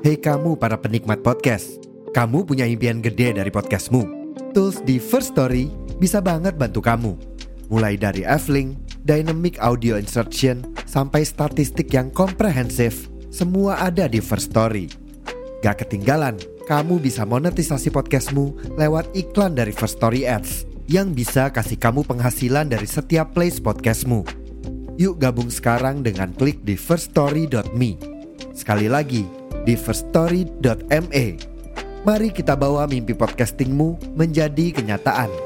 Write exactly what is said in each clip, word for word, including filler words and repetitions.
Hei kamu para penikmat podcast, kamu punya impian gede dari podcastmu. Tools di First Story bisa banget bantu kamu. Mulai dari F-Link, Dynamic Audio Insertion, sampai statistik yang komprehensif, semua ada di First Story. Gak ketinggalan, kamu bisa monetisasi podcastmu lewat iklan dari First Story Ads yang bisa kasih kamu penghasilan dari setiap plays podcastmu. Yuk gabung sekarang dengan klik di first story dot me. Sekali lagi, di first story dot me. Mari kita bawa mimpi podcastingmu menjadi kenyataan.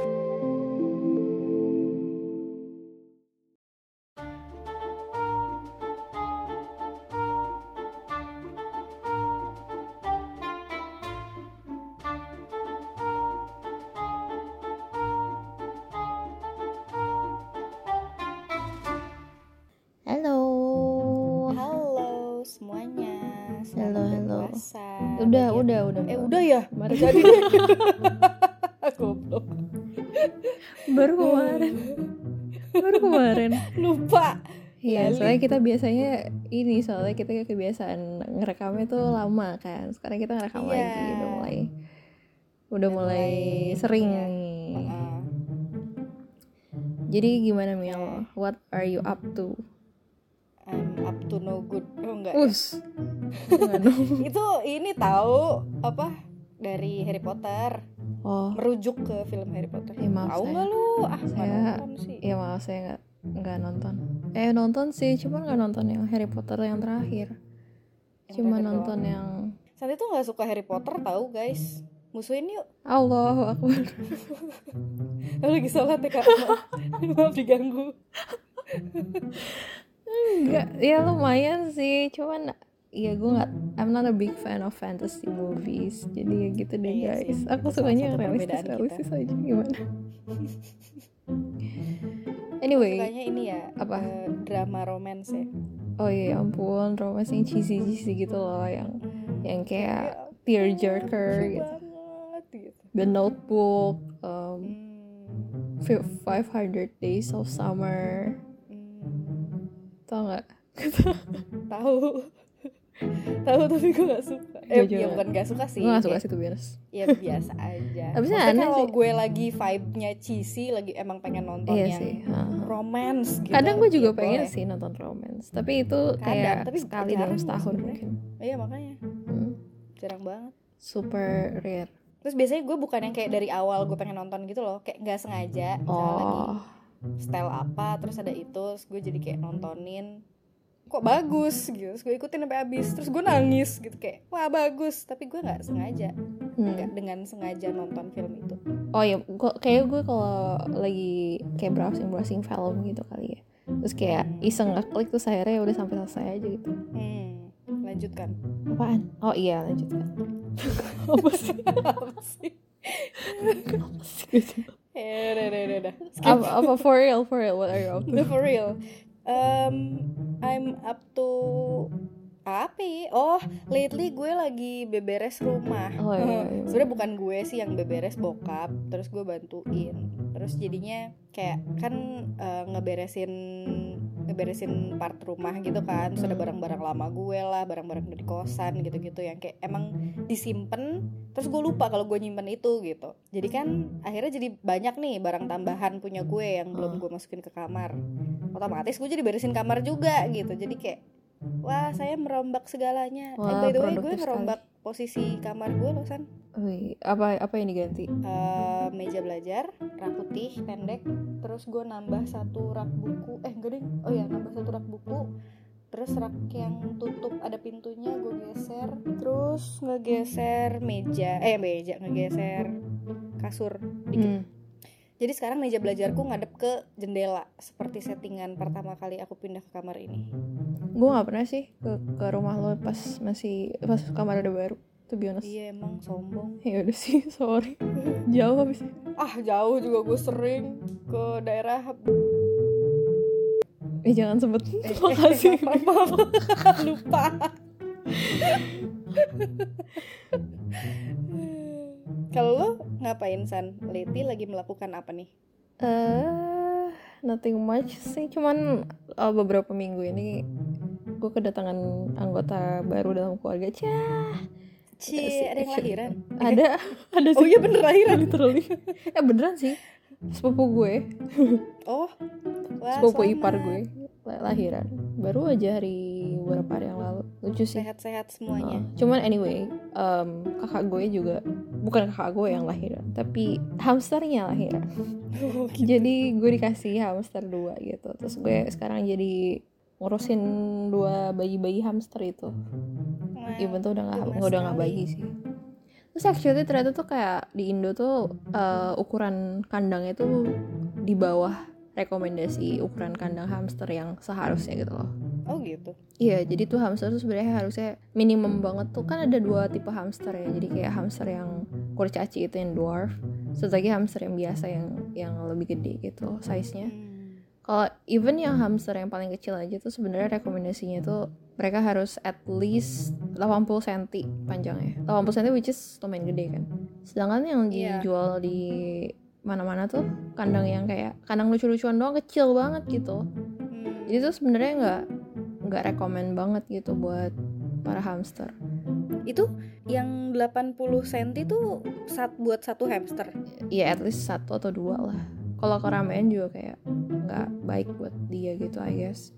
Udah, udah, udah. Eh, udah ya? Baru jadi deh. Goblok. Baru kemarin. Baru kemarin. Lupa. Iya, soalnya kita biasanya ini, soalnya kita kebiasaan ngerekamnya tuh lama kan. Sekarang kita ngerekam yeah. lagi, udah mulai udah mulai, mulai sering ya. Uh-uh. Jadi gimana Mil? What are you up to? I'm up to no good. Oh enggak. Us. Ya? Itu ini tahu apa dari Harry Potter. Oh. Merujuk ke film Harry Potter. Ya, tahu enggak lu? Ah, saya nonton sih. Iya, maaf saya enggak enggak nonton. Eh nonton sih, cuma enggak nonton yang Harry Potter yang terakhir. Yang cuma terakhir nonton doang. Yang Santi tuh enggak suka Harry Potter tahu, guys. Musuhin yuk. Allahu Akbar. Lu lagi sholat ya, Kak? Maaf diganggu. Enggak, ya lumayan sih, cuman ya gue nggak, I'm not a big fan of fantasy movies, jadi ya gitu deh iya guys. Sih, aku sukanya yang realistis realistis aja gimana. Anyway, sukanya ini ya apa uh, drama romance ya. Oh iya ampun, romance yang cheesy cheesy gitu loh, yang hmm, yang kayak ya, tearjerker gitu. gitu. The Notebook, um, hmm. five hundred Days of Summer. Tahu nggak? Tahu, tahu tapi gue nggak suka. Eh, ya bukan nggak suka sih. Gue nggak suka sih tuh biasa. Ya biasa aja. Abisnya kalau gue lagi vibe-nya cheesy, lagi emang pengen nonton iya yang sih. romance gitu. Kadang gue juga ya pengen boleh. sih nonton romance, tapi itu kayak tapi sekali dalam setahun mungkin. Iya makanya. Hmm. Jarang banget. Super rare. Terus biasanya gue bukan yang kayak dari awal gue pengen nonton gitu loh, kayak nggak sengaja. Misalnya oh. lagi style apa, terus ada itu, terus gue jadi kayak nontonin, kok bagus gitu, terus gue ikutin sampai habis, terus gue nangis gitu kayak wah bagus, tapi gue nggak sengaja, nggak hmm. dengan sengaja nonton film itu. Oh ya, kayak gue kalau lagi kayak browsing browsing film gitu kali ya, terus kayak iseng ngeklik terus akhirnya udah sampai selesai aja gitu. Hmm, lanjutkan. Apaan? Oh iya lanjutkan. Apa sih? Apa sih? Apa sih? Eh, udah, udah, udah. Apa, apa for real, for real, what are you up to? No, for real. Um, I'm up to apa ya? Oh, lately gue lagi beberes rumah. Oh, iya, iya. Sebenarnya bukan gue sih yang beberes, bokap. Terus gue bantuin. Terus jadinya kayak kan uh, ngeberesin ngeberesin part rumah gitu kan. Terus ada barang-barang lama gue lah, barang-barang dari kosan gitu-gitu yang kayak emang disimpen. Terus gue lupa kalau gue nyimpen itu gitu. Jadi kan akhirnya jadi banyak nih barang tambahan punya gue yang belum gue masukin ke kamar. Otomatis gue jadi beresin kamar juga gitu. Jadi kayak wah saya merombak segalanya. Wah, eh, by the way gue ngerombak sekali. Posisi kamar gue loh San. Wih, apa apa yang diganti? Uh, meja belajar, rak putih pendek. Terus gue nambah satu rak buku. Eh enggak deh. Oh ya nambah satu rak buku. Terus rak yang tutup ada pintunya gue geser. Terus ngegeser meja. Eh meja ngegeser kasur dikit. Hmm. Jadi sekarang meja belajarku ngadep ke jendela, seperti settingan pertama kali aku pindah ke kamar ini. Gue nggak pernah sih ke ke rumah lo pas masih pas kamar udah baru, to be honest. Iya emang sombong. Ya udah sih, sorry. Jauh habis. Ah jauh juga gue sering ke daerah. Eh jangan sebut. Eh, Makasih. Eh, maaf, maaf. Lupa. Kalau lo ngapain San? Leti lagi melakukan apa nih? Eh, uh, nothing much sih, cuman uh, beberapa minggu ini gue kedatangan anggota baru dalam keluarga. Cah. Cie, ada yang lahiran? Ada, ada sih. Oh iya bener lahiran. Literally. Eh beneran sih. Sepupu gue. Oh. Wah, Sepupu selamat. ipar gue lahiran. Baru aja hari beberapa hari yang lalu. Lucu sih. Sehat-sehat semuanya. Uh, cuman anyway, um, kakak gue juga, bukan kakak gue yang lahiran, tapi hamsternya lahiran. Oh, gitu. Jadi gue dikasih hamster dua gitu. Terus gue sekarang jadi ngurusin dua bayi-bayi hamster itu. Wow, Even tuh udah nggak gemas udah nggak sekali. bayi sih. Terus actually ternyata tuh kayak di Indo tuh uh, ukuran kandangnya tuh di bawah rekomendasi ukuran kandang hamster yang seharusnya gitu loh. Oh gitu. Iya, jadi tuh hamster tuh sebenarnya harusnya minimum banget tuh, kan ada dua tipe hamster ya. Jadi kayak hamster yang kurcaci itu yang dwarf, satu lagi hamster yang biasa yang yang lebih gede gitu size-nya. Hmm. Kalau even yang hamster yang paling kecil aja tuh sebenarnya rekomendasinya tuh mereka harus at least delapan puluh sentimeter panjangnya. delapan puluh sentimeter which is lumayan gede kan. Sedangkan yang Iya. dijual di mana-mana tuh kandang yang kayak kandang lucu-lucuan doang, kecil banget gitu. Hmm. Jadi tuh sebenarnya nggak nggak rekomen banget gitu buat para hamster. Itu yang delapan puluh sentimeter tuh sat buat satu hamster. Ya at least satu atau dua lah. Kalau keramaian juga kayak nggak baik buat dia gitu I guess.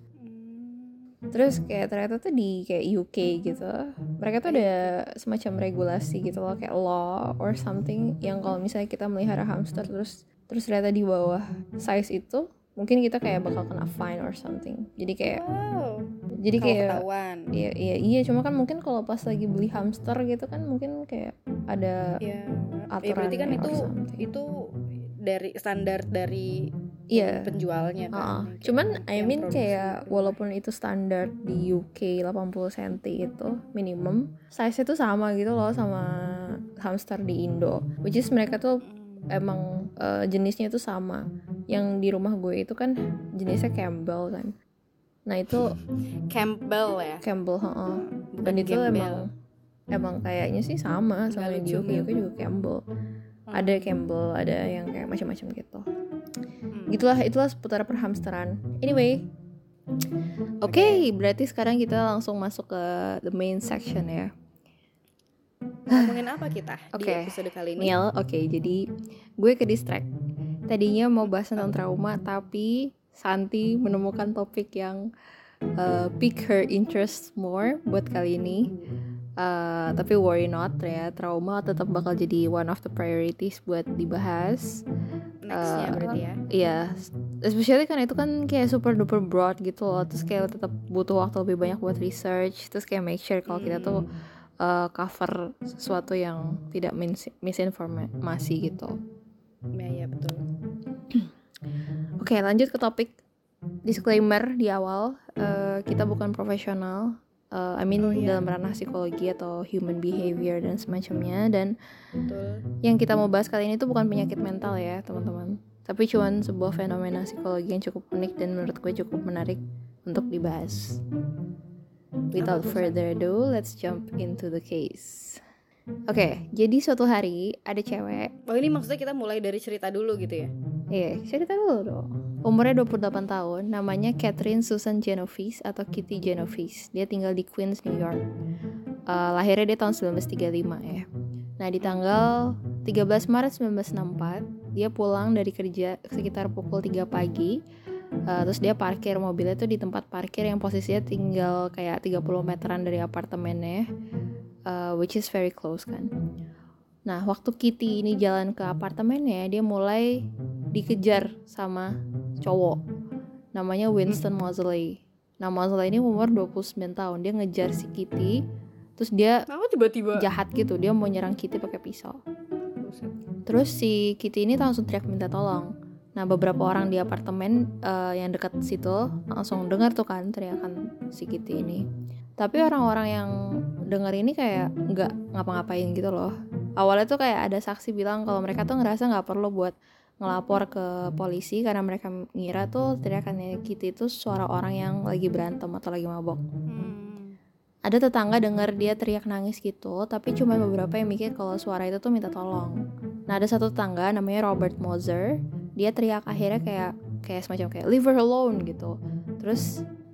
Hmm. Terus kayak ternyata tuh di kayak U K gitu, mereka tuh ada semacam regulasi gitu loh, kayak law or something, yang kalau misalnya kita melihara hamster terus terus ternyata di bawah size itu, mungkin kita kayak bakal kena fine or something. Jadi kayak Wow. jadi Kalau kayak ketahuan. iya iya iya cuma kan mungkin kalau pas lagi beli hamster gitu kan mungkin kayak ada Ya, ya aturannya berarti kan or itu something. itu dari standar dari Iya. penjualnya kan. Uh, yang kayak cuman yang I mean produksi kayak rumah. walaupun itu standar di U K delapan puluh sentimeter itu minimum, size itu sama gitu loh sama hamster di Indo, which is mereka tuh Hmm. emang uh, jenisnya itu sama. Yang di rumah gue itu kan jenisnya Campbell kan. Nah itu Campbell ya. Campbell, heeh. Bukan Dan itu Gembel. emang emang kayaknya sih sama Nggak sama yang di lucu, U K. Mil. U K juga Campbell. Hmm. Ada Campbell, ada yang kayak macam-macam gitu. Hmm. Gitulah, itulah seputar perhamsteran. Anyway, oke, okay, berarti sekarang kita langsung masuk ke the main section ya. Ngomongin apa kita Oke, di episode kali ini? Mil, oke, okay, jadi gue ke distract. Tadinya mau bahas tentang trauma, tapi Santi menemukan topik yang uh, pique her interest more buat kali ini. Uh, tapi worry not ya, trauma tetap bakal jadi one of the priorities buat dibahas. Nextnya Uh, berarti ya. Iya, especially kan itu kan kayak super duper broad gitu loh. Terus kayak tetap butuh waktu lebih banyak buat research. Terus kayak make sure kalau kita tuh uh, cover sesuatu yang tidak mis- misinformasi gitu. Ya, ya betul. Oke, lanjut ke topik. Disclaimer di awal, uh, kita bukan profesional. Uh, I mean Oh, iya. dalam ranah psikologi atau human behavior dan semacamnya. Dan Betul. yang kita mau bahas kali ini tuh bukan penyakit mental ya teman-teman, tapi cuman sebuah fenomena psikologi yang cukup unik dan menurut gue cukup menarik untuk dibahas. Without Apa tuh, further ado, let's jump into the case. Oke, okay, jadi suatu hari ada cewek. Oh ini maksudnya kita mulai dari cerita dulu gitu ya? Iya, yeah, cerita dulu dong. Umurnya dua puluh delapan tahun, namanya Catherine Susan Genovese atau Kitty Genovese. Dia tinggal di Queens, New York. Uh, lahirnya dia tahun sembilan belas tiga puluh lima ya. Nah, di tanggal tiga belas Maret sembilan belas enam puluh empat, dia pulang dari kerja sekitar pukul tiga pagi. Uh, terus dia parkir mobilnya tuh di tempat parkir yang posisinya tinggal kayak tiga puluh meteran dari apartemennya, uh, which is very close kan. Nah, waktu Kitty ini jalan ke apartemennya, dia mulai dikejar sama cowok namanya Winston Moseley. Nah, Moseley ini umur dua puluh sembilan tahun. Dia ngejar si Kitty, terus dia Kenapa tiba-tiba jahat gitu, dia mau nyerang Kitty pakai pisau. Terus si Kitty ini langsung teriak minta tolong. Nah, beberapa orang di apartemen uh, yang dekat situ langsung dengar tuh kan teriakan si Kitty ini. Tapi orang-orang yang dengar ini kayak nggak ngapa-ngapain gitu loh. Awalnya tuh kayak ada saksi bilang kalau mereka tuh ngerasa nggak perlu buat ngelapor ke polisi karena mereka ngira tuh teriakannya Kitty itu suara orang yang lagi berantem atau lagi mabok. Hmm. Ada tetangga dengar dia teriak nangis gitu, tapi cuma beberapa yang mikir kalau suara itu tuh minta tolong. Nah, ada satu tetangga namanya Robert Moser, dia teriak akhirnya kayak kayak semacam kayak leave her alone gitu. Terus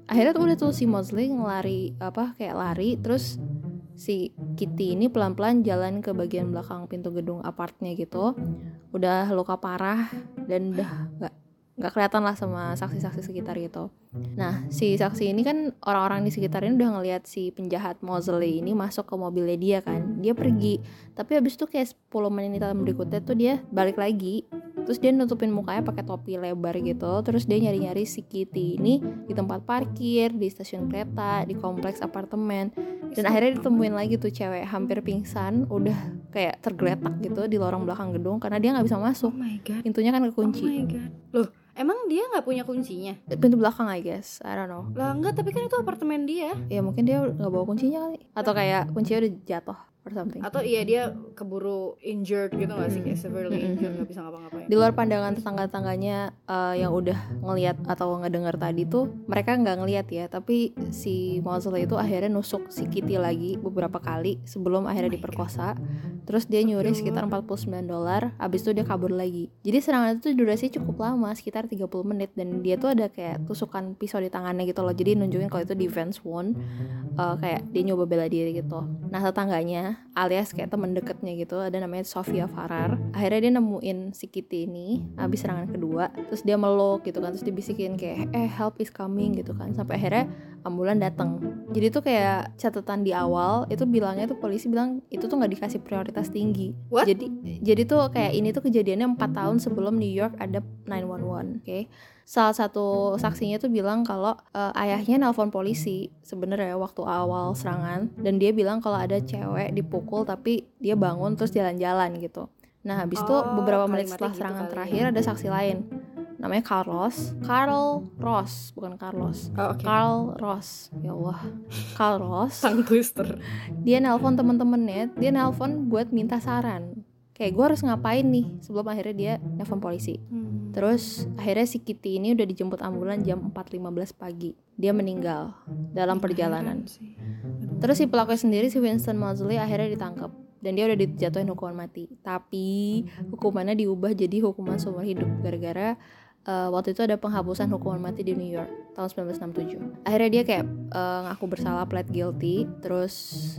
akhirnya tuh udah tuh si Mosley ngelari apa kayak lari, terus si Kitty ini pelan-pelan jalan ke bagian belakang pintu gedung apartnya gitu, udah luka parah dan udah nggak nggak kelihatan lah sama saksi-saksi sekitar gitu. Nah si saksi ini kan orang-orang di sekitar ini udah ngelihat si penjahat Mosley ini masuk ke mobilnya dia kan, dia pergi, tapi habis itu kayak sepuluh menitan berikutnya tuh dia balik lagi, terus dia nutupin mukanya pakai topi lebar gitu, terus dia nyari-nyari si Kitty ini di tempat parkir, di stasiun kereta, di kompleks apartemen, dan akhirnya ditemuin lagi tuh cewek hampir pingsan, udah kayak tergeletak gitu di lorong belakang gedung karena dia nggak bisa masuk. Oh my god. Pintunya kan kekunci. Oh my god. Loh, emang dia nggak punya kuncinya? Pintu belakang I guess, I don't know. Lah enggak, tapi kan itu apartemen dia. Ya mungkin dia nggak bawa kuncinya kali, atau kayak kuncinya udah jatuh or something. Atau iya dia keburu injured gitu nggak sih, kayak severely Mm-mm. injured, nggak bisa ngapa-ngapain. Di luar pandangan tetangga-tetangganya uh, yang udah ngelihat atau ngedengar tadi tuh, mereka nggak ngelihat ya, tapi si Mosley itu akhirnya nusuk si Kitty lagi beberapa kali sebelum akhirnya diperkosa. Terus dia nyuri sekitar empat puluh sembilan dolar, abis itu dia kabur lagi. Jadi serangan itu durasinya cukup lama, sekitar tiga puluh menit, dan dia tuh ada kayak tusukan pisau di tangannya gitu loh. Jadi nunjukin kalau itu defense wound, uh, kayak dia nyoba bela diri gitu. Nah tetangganya alias kayak temen deketnya gitu, ada namanya Sofia Farrar, akhirnya dia nemuin si Kitty ini abis serangan kedua, terus dia meluk gitu kan, terus dibisikin kayak eh help is coming gitu kan, sampai akhirnya ambulan datang. Jadi tuh kayak catatan di awal itu bilangnya tuh, polisi bilang itu tuh nggak dikasih prioritas tinggi. What? Jadi jadi tuh kayak ini tuh kejadiannya empat tahun sebelum New York ada nine one one, oke? Okay? Salah satu saksinya tuh bilang kalau uh, ayahnya nelpon polisi sebenarnya waktu awal serangan, dan dia bilang kalau ada cewek dipukul tapi dia bangun terus jalan-jalan gitu. Nah habis itu Oh, beberapa menit kalimatnya setelah gitu serangan kali terakhir ya. ada saksi lain, namanya Carlos, Carl Ross, bukan Carlos, Oh, oke. Carl Ross, ya Allah, Carl Ross. Sang twister. Dia nelpon temen-temennya, dia nelpon buat minta saran, kayak gue harus ngapain nih, sebelum akhirnya dia nelpon polisi. Hmm. Terus akhirnya si Kitty ini udah dijemput ambulan jam empat lima belas pagi. Dia meninggal dalam perjalanan. Terus si pelaku sendiri, si Winston Mosley, akhirnya ditangkap dan dia udah dijatuhin hukuman mati. Tapi hukumannya diubah jadi hukuman seumur hidup gara-gara uh, waktu itu ada penghapusan hukuman mati di New York tahun sembilan belas enam puluh tujuh. Akhirnya dia kayak uh, ngaku bersalah, plead guilty, terus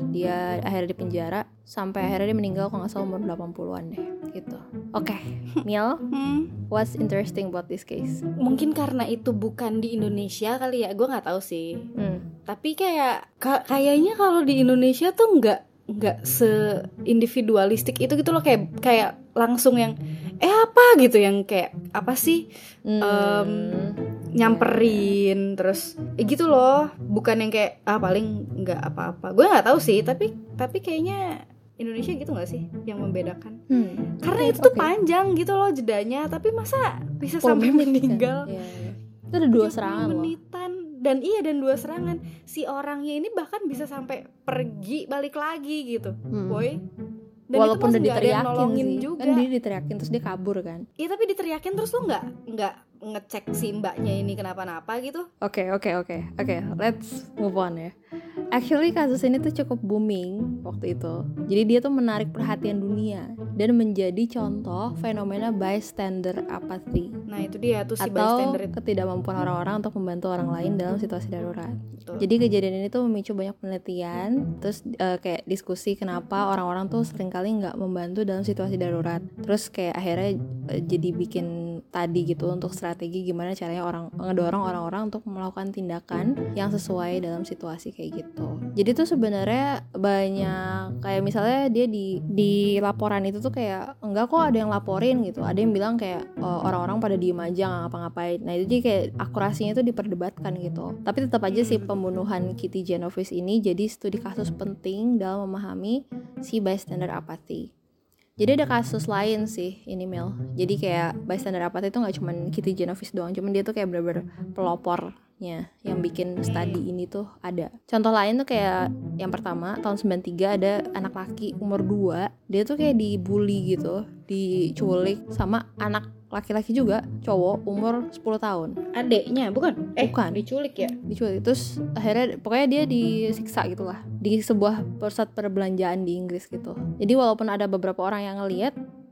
dia akhirnya dipenjara sampai akhirnya dia meninggal kalau nggak salah umur delapan puluhan deh gitu. Oke, okay. Miel, Hmm. what's interesting about this case? Mungkin karena itu bukan di Indonesia kali ya, gue nggak tahu sih. Hmm. Tapi kayak ka- kayaknya kalau di Indonesia tuh nggak nggak se-individualistik itu gitu loh, kayak kayak langsung yang eh apa gitu, yang kayak apa sih Hmm. um, nyamperin terus eh gitu loh, bukan yang kayak ah paling nggak apa-apa. Gue nggak tahu sih, tapi tapi kayaknya Indonesia gitu nggak sih yang membedakan? Hmm. Karena Okay, itu tuh okay. panjang gitu loh jedanya, tapi masa bisa sepuluh sampai menit meninggal? kan? Iya, iya. Itu ada dua tiga puluh serangan loh. menitan. Dan iya, dan dua serangan. Si orangnya ini bahkan bisa sampai pergi balik lagi gitu, Hmm. boy. Dan Walaupun udah itu masih nggak ada yang diteriakin nolongin sih, juga. kan dia diteriakin terus dia kabur kan. Iya, tapi diteriakin terus lu nggak nggak ngecek si mbaknya ini kenapa-napa gitu. Oke oke oke oke, let's move on ya. Actually kasus ini tuh cukup booming waktu itu. Jadi dia tuh menarik perhatian dunia dan menjadi contoh fenomena bystander apathy, Nah itu dia tuh si atau bystander itu. ketidakmampuan orang-orang untuk membantu orang lain dalam situasi darurat. Betul. Jadi kejadian ini tuh memicu banyak penelitian, terus uh, kayak diskusi kenapa orang-orang tuh seringkali nggak membantu dalam situasi darurat. Terus kayak akhirnya uh, jadi bikin tadi gitu untuk strategi gimana caranya orang ngedorong orang-orang untuk melakukan tindakan yang sesuai dalam situasi kayak gitu. Jadi tuh sebenarnya banyak kayak misalnya dia di di laporan itu tuh kayak enggak kok ada yang laporin gitu. Ada yang bilang kayak oh, orang-orang pada diem aja nggak ngapa-ngapain. Nah itu jadi kayak akurasinya itu diperdebatkan gitu. Tapi tetap aja sih pembunuhan Kitty Genovese ini jadi studi kasus penting dalam memahami si bystander apathy. Jadi ada kasus lain sih ini Mel. Jadi kayak bystander apathy itu nggak cuma Kitty Genovese doang, cuman dia tuh kayak bener-bener pelopornya yang bikin study ini tuh ada. Contoh lain tuh kayak yang pertama tahun sembilan puluh tiga ada anak laki umur dua, dia tuh kayak dibully gitu, diculik sama anak laki-laki juga, cowok umur sepuluh tahun. Adeknya bukan? Eh Bukan. diculik ya? Diculik, terus akhirnya pokoknya dia disiksa gitu lah di sebuah pusat perbelanjaan di Inggris gitu. Jadi walaupun ada beberapa orang yang ngelihat,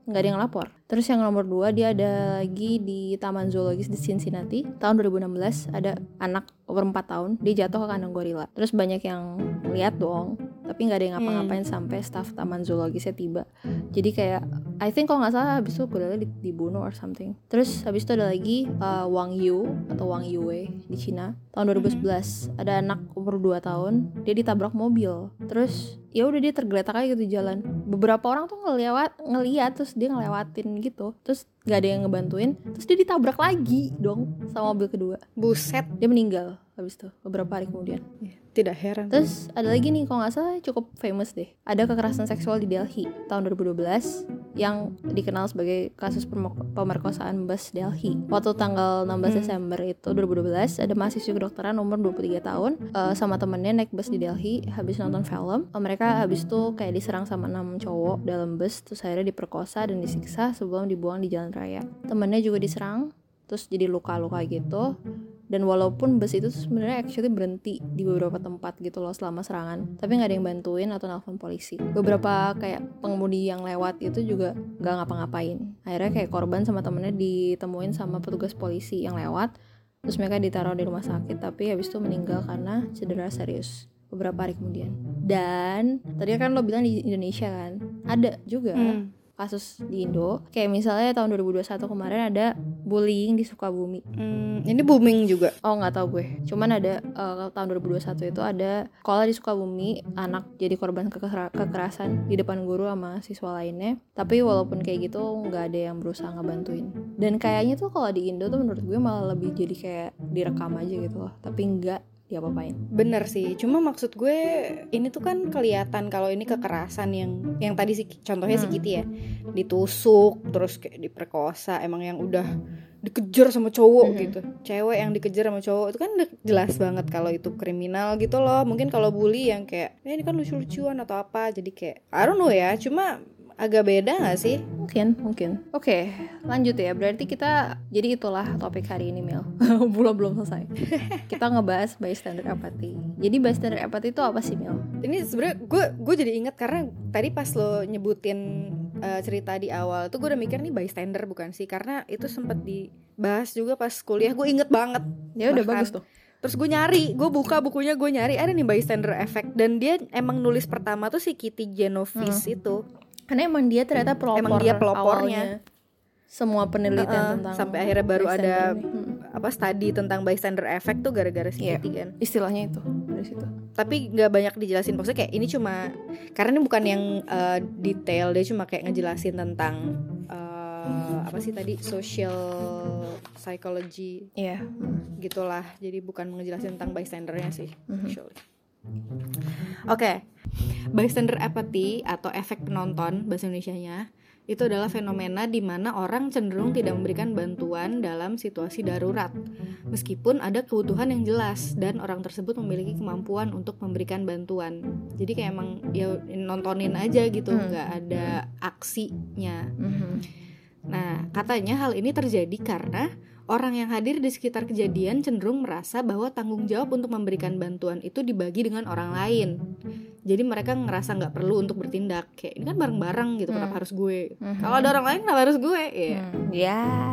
nggak ada yang lapor. Terus yang nomor dua, dia ada lagi di Taman Zoologis di Cincinnati tahun dua ribu enam belas, ada anak umur empat tahun, dia jatuh ke kandang gorila. Terus banyak yang lihat dong, tapi nggak ada yang ngapa-ngapain hmm. sampai staff Taman Zoologisnya tiba. Jadi kayak I think kalau nggak salah habis itu gorila dibunuh or something. Terus habis itu ada lagi uh, Wang Yu atau Wang Yue di Cina tahun dua ribu sebelas, hmm. ada anak umur dua tahun, dia ditabrak mobil. Terus ya udah dia tergeletak aja gitu jalan. Beberapa orang tuh ngelewat ngeliat terus dia ngelewatin gitu. Terus gak ada yang ngebantuin. Terus dia ditabrak lagi dong sama mobil kedua. Buset. Dia meninggal habis itu beberapa hari kemudian. Tidak heran. Terus ada lagi nih, kalau gak salah cukup famous deh, ada kekerasan seksual di Delhi tahun dua ribu dua belas yang dikenal sebagai kasus pemerkosaan bus Delhi. Waktu tanggal enam belas Desember itu dua ribu dua belas, ada mahasiswa kedokteran umur dua puluh tiga tahun uh, sama temennya naik bus di Delhi habis nonton film. uh, Mereka habis itu kayak diserang sama enam cowok dalam bus. Terus akhirnya diperkosa dan disiksa sebelum dibuang di jalan raya. Temennya juga diserang, terus jadi luka-luka gitu. Dan walaupun bus itu sebenarnya actually berhenti di beberapa tempat gitu loh selama serangan, tapi nggak ada yang bantuin atau nelfon polisi. Beberapa kayak pengemudi yang lewat itu juga nggak ngapa-ngapain. Akhirnya kayak korban sama temennya ditemuin sama petugas polisi yang lewat. Terus mereka ditaruh di rumah sakit, tapi habis itu meninggal karena cedera serius beberapa hari kemudian. Dan tadi kan lo bilang di Indonesia kan ada juga hmm. kasus di Indo, kayak misalnya tahun dua ribu dua puluh satu kemarin ada bullying di Sukabumi. Hmm, ini booming juga. Oh nggak tahu gue. Cuman ada uh, tahun dua ribu dua puluh satu itu ada sekolah di Sukabumi, anak jadi korban keker- kekerasan di depan guru sama siswa lainnya. Tapi walaupun kayak gitu nggak ada yang berusaha ngebantuin. Dan kayaknya tuh kalau di Indo tuh menurut gue malah lebih jadi kayak direkam aja gitu loh. Tapi nggak diapa-apain. Bener sih, cuma maksud gue ini tuh kan kelihatan kalau ini kekerasan yang yang tadi si contohnya hmm. si Kitty ya, ditusuk terus kayak diperkosa, emang yang udah dikejar sama cowok hmm. gitu, cewek yang dikejar sama cowok itu kan udah jelas banget kalau itu kriminal gitu loh. Mungkin kalau bully yang kayak eh, ini kan lucu-lucuan atau apa, jadi kayak I don't know ya, cuma agak beda gak sih? Mungkin, mungkin. Oke, lanjut ya. Berarti kita, jadi itulah topik hari ini, Mel. belum belum selesai. Kita ngebahas bystander apathy. Jadi bystander apathy itu apa sih, Mel? Ini sebenarnya gue gue jadi ingat karena tadi pas lo nyebutin uh, cerita di awal tuh gue udah mikir nih bystander bukan sih? Karena itu sempat dibahas juga pas kuliah. Gue inget banget. Ya udah bagus tuh. Terus gue nyari, gue buka bukunya, gue nyari ada nih bystander effect, dan dia emang nulis pertama tuh si Kitty Genovese hmm. itu. Karena emang dia ternyata pelopor, emang dia pelopornya awalnya semua penelitian uh, uh, tentang sampai akhirnya baru ada hmm. apa studi tentang bystander effect tuh gara-gara si yeah. Kitty kan. Istilahnya itu dari situ. Tapi nggak banyak dijelasin, maksudnya kayak ini cuma karena ini bukan yang uh, detail, dia cuma kayak ngejelasin tentang uh, apa sih tadi social psychology, iya, yeah. gitulah. Jadi bukan ngejelasin tentang bystandernya sih, mm-hmm. actually. Oke, okay. Bystander apathy atau efek penonton bahasa Indonesianya itu adalah fenomena di mana orang cenderung tidak memberikan bantuan dalam situasi darurat meskipun ada kebutuhan yang jelas dan orang tersebut memiliki kemampuan untuk memberikan bantuan. Jadi kayak emang ya nontonin aja gitu, nggak hmm. ada aksinya. Hmm. Nah, katanya hal ini terjadi karena orang yang hadir di sekitar kejadian cenderung merasa bahwa tanggung jawab untuk memberikan bantuan itu dibagi dengan orang lain. Jadi mereka ngerasa nggak perlu untuk bertindak. Kayak ini kan bareng-bareng gitu, hmm. kenapa harus gue? Hmm. Kalau ada orang lain kenapa harus gue? Ya. Yeah. Hmm. Yeah.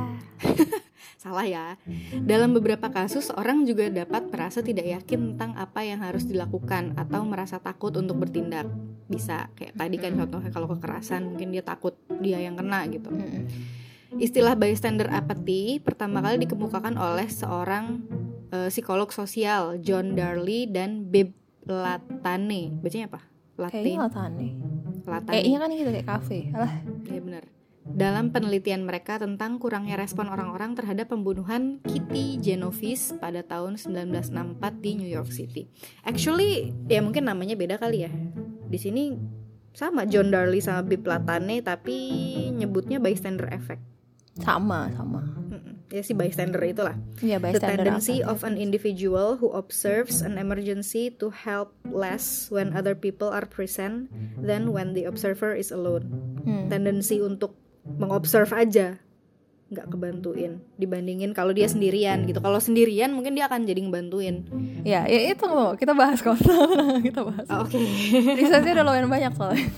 Salah ya. Dalam beberapa kasus orang juga dapat merasa tidak yakin tentang apa yang harus dilakukan atau merasa takut untuk bertindak. Bisa kayak tadi kan contohnya kalau kekerasan mungkin dia takut dia yang kena gitu. Hmm. Istilah bystander apathy pertama kali dikemukakan oleh seorang uh, psikolog sosial, John Darley dan Bev Latane. Bacanya apa? Latane. Kayaknya Latane. Latane. Kayaknya kan gitu kayak kafe. Alah. Iya benar. Dalam penelitian mereka tentang kurangnya respon orang-orang terhadap pembunuhan Kitty Genovese pada tahun sembilan belas enam puluh empat di New York City. Actually, ya mungkin namanya beda kali ya. Di sini sama John Darley sama Bev Latane tapi nyebutnya bystander effect. Sama, sama. Ya si bystander itulah. Ya, bystander. The tendency of an individual who observes an emergency to help less when other people are present than when the observer is alone. Hmm. Tendensi untuk mengobserve aja, nggak kebantuin dibandingin kalau dia sendirian gitu. Kalau sendirian mungkin dia akan jadi ngebantuin. Ya, ya itu loh kita bahas kok. kita bahas. Oh, Oke. Okay. Risetnya udah lumayan banyak soalnya.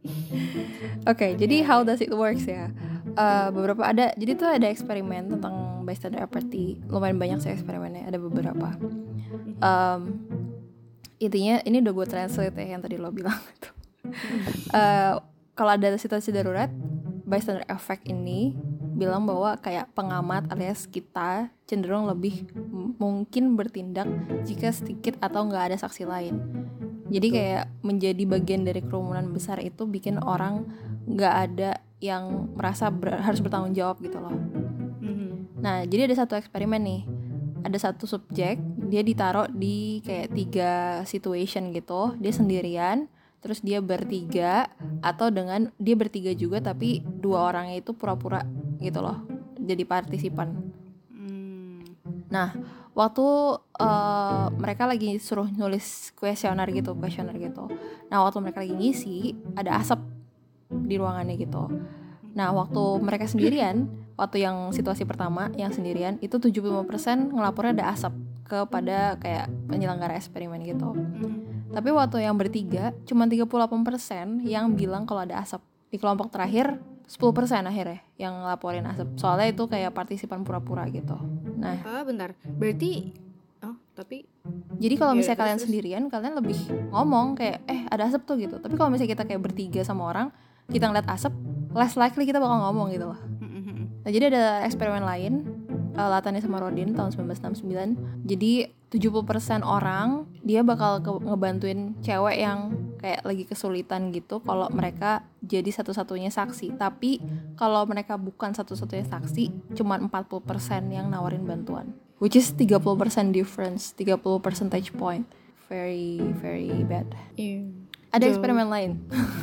Oke, jadi how does it works ya? Uh, beberapa ada, jadi tuh ada eksperimen tentang bystander apathy. Lumayan banyak sih eksperimennya, ada beberapa. Um, intinya ini udah gue translate ya yang tadi lo bilang gitu. uh, Kalau ada situasi darurat, bystander effect ini bilang bahwa kayak pengamat alias kita cenderung lebih m- mungkin bertindak jika sedikit atau nggak ada saksi lain. Jadi kayak menjadi bagian dari kerumunan besar itu bikin orang nggak ada yang merasa ber- harus bertanggung jawab gitu loh. Mm-hmm. Nah, jadi ada satu eksperimen nih. Ada satu subjek, dia ditaruh di kayak tiga situation gitu. Dia sendirian, terus dia bertiga, atau dengan dia bertiga juga tapi dua orangnya itu pura-pura gitu loh, jadi partisipan. Mm. Nah, waktu uh, mereka lagi suruh nulis kuesioner gitu, kuesioner gitu. Nah, waktu mereka lagi ngisi, ada asap di ruangannya gitu. Nah, waktu mereka sendirian, waktu yang situasi pertama yang sendirian itu tujuh puluh lima persen ngelapornya ada asap kepada kayak penyelenggara eksperimen gitu. Mm. Tapi waktu yang bertiga cuma tiga puluh delapan persen yang bilang kalau ada asap. Di kelompok terakhir sepuluh persen akhirnya yang ngelaporin asap. Soalnya itu kayak partisipan pura-pura gitu. Nah, ah bentar. Berarti oh, tapi jadi kalau misalnya ya, kalian terus. sendirian, kalian lebih ngomong kayak eh ada asap tuh gitu. Tapi kalau misalnya kita kayak bertiga sama orang, kita ngeliat asap, less likely kita bakal ngomong gitu loh. Nah, jadi ada eksperimen lain, uh, Latani sama Rodin tahun sembilan belas enam puluh sembilan. Jadi tujuh puluh persen orang dia bakal ke- ngebantuin cewek yang kayak lagi kesulitan gitu kalau mereka jadi satu-satunya saksi. Tapi kalau mereka bukan satu-satunya saksi, cuma empat puluh persen yang nawarin bantuan. Which is tiga puluh persen difference, tiga puluh percentage point. Very very bad. Yeah. Ada So, eksperimen lain.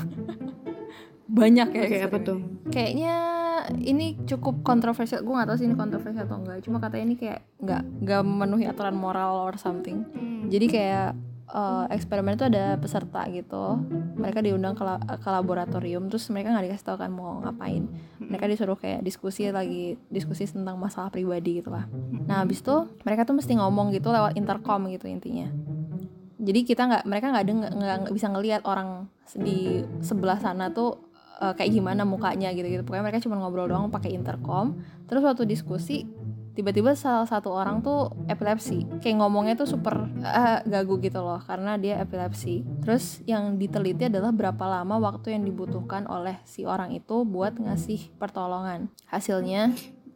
Banyak ya. Kayak apa tuh? Kayaknya ini cukup kontroversial. Gue gak tahu sih ini kontroversial atau enggak. Cuma katanya ini kayak gak, gak memenuhi aturan moral or something. Hmm. Jadi kayak uh, eksperimen itu ada peserta gitu. Mereka diundang ke, la- ke laboratorium. Terus mereka gak dikasih tahu kan mau ngapain. Mereka disuruh kayak diskusi lagi, diskusi tentang masalah pribadi gitu lah. Nah habis itu mereka tuh mesti ngomong gitu lewat intercom gitu intinya. Jadi kita nggak, mereka nggak deng- nggak bisa ngelihat orang di sebelah sana tuh uh, kayak gimana mukanya gitu-gitu. Pokoknya mereka cuma ngobrol doang pakai intercom. Terus waktu diskusi tiba-tiba salah satu orang tuh epilepsi, kayak ngomongnya tuh super uh, gagu gitu loh karena dia epilepsi. Terus yang diteliti adalah berapa lama waktu yang dibutuhkan oleh si orang itu buat ngasih pertolongan. Hasilnya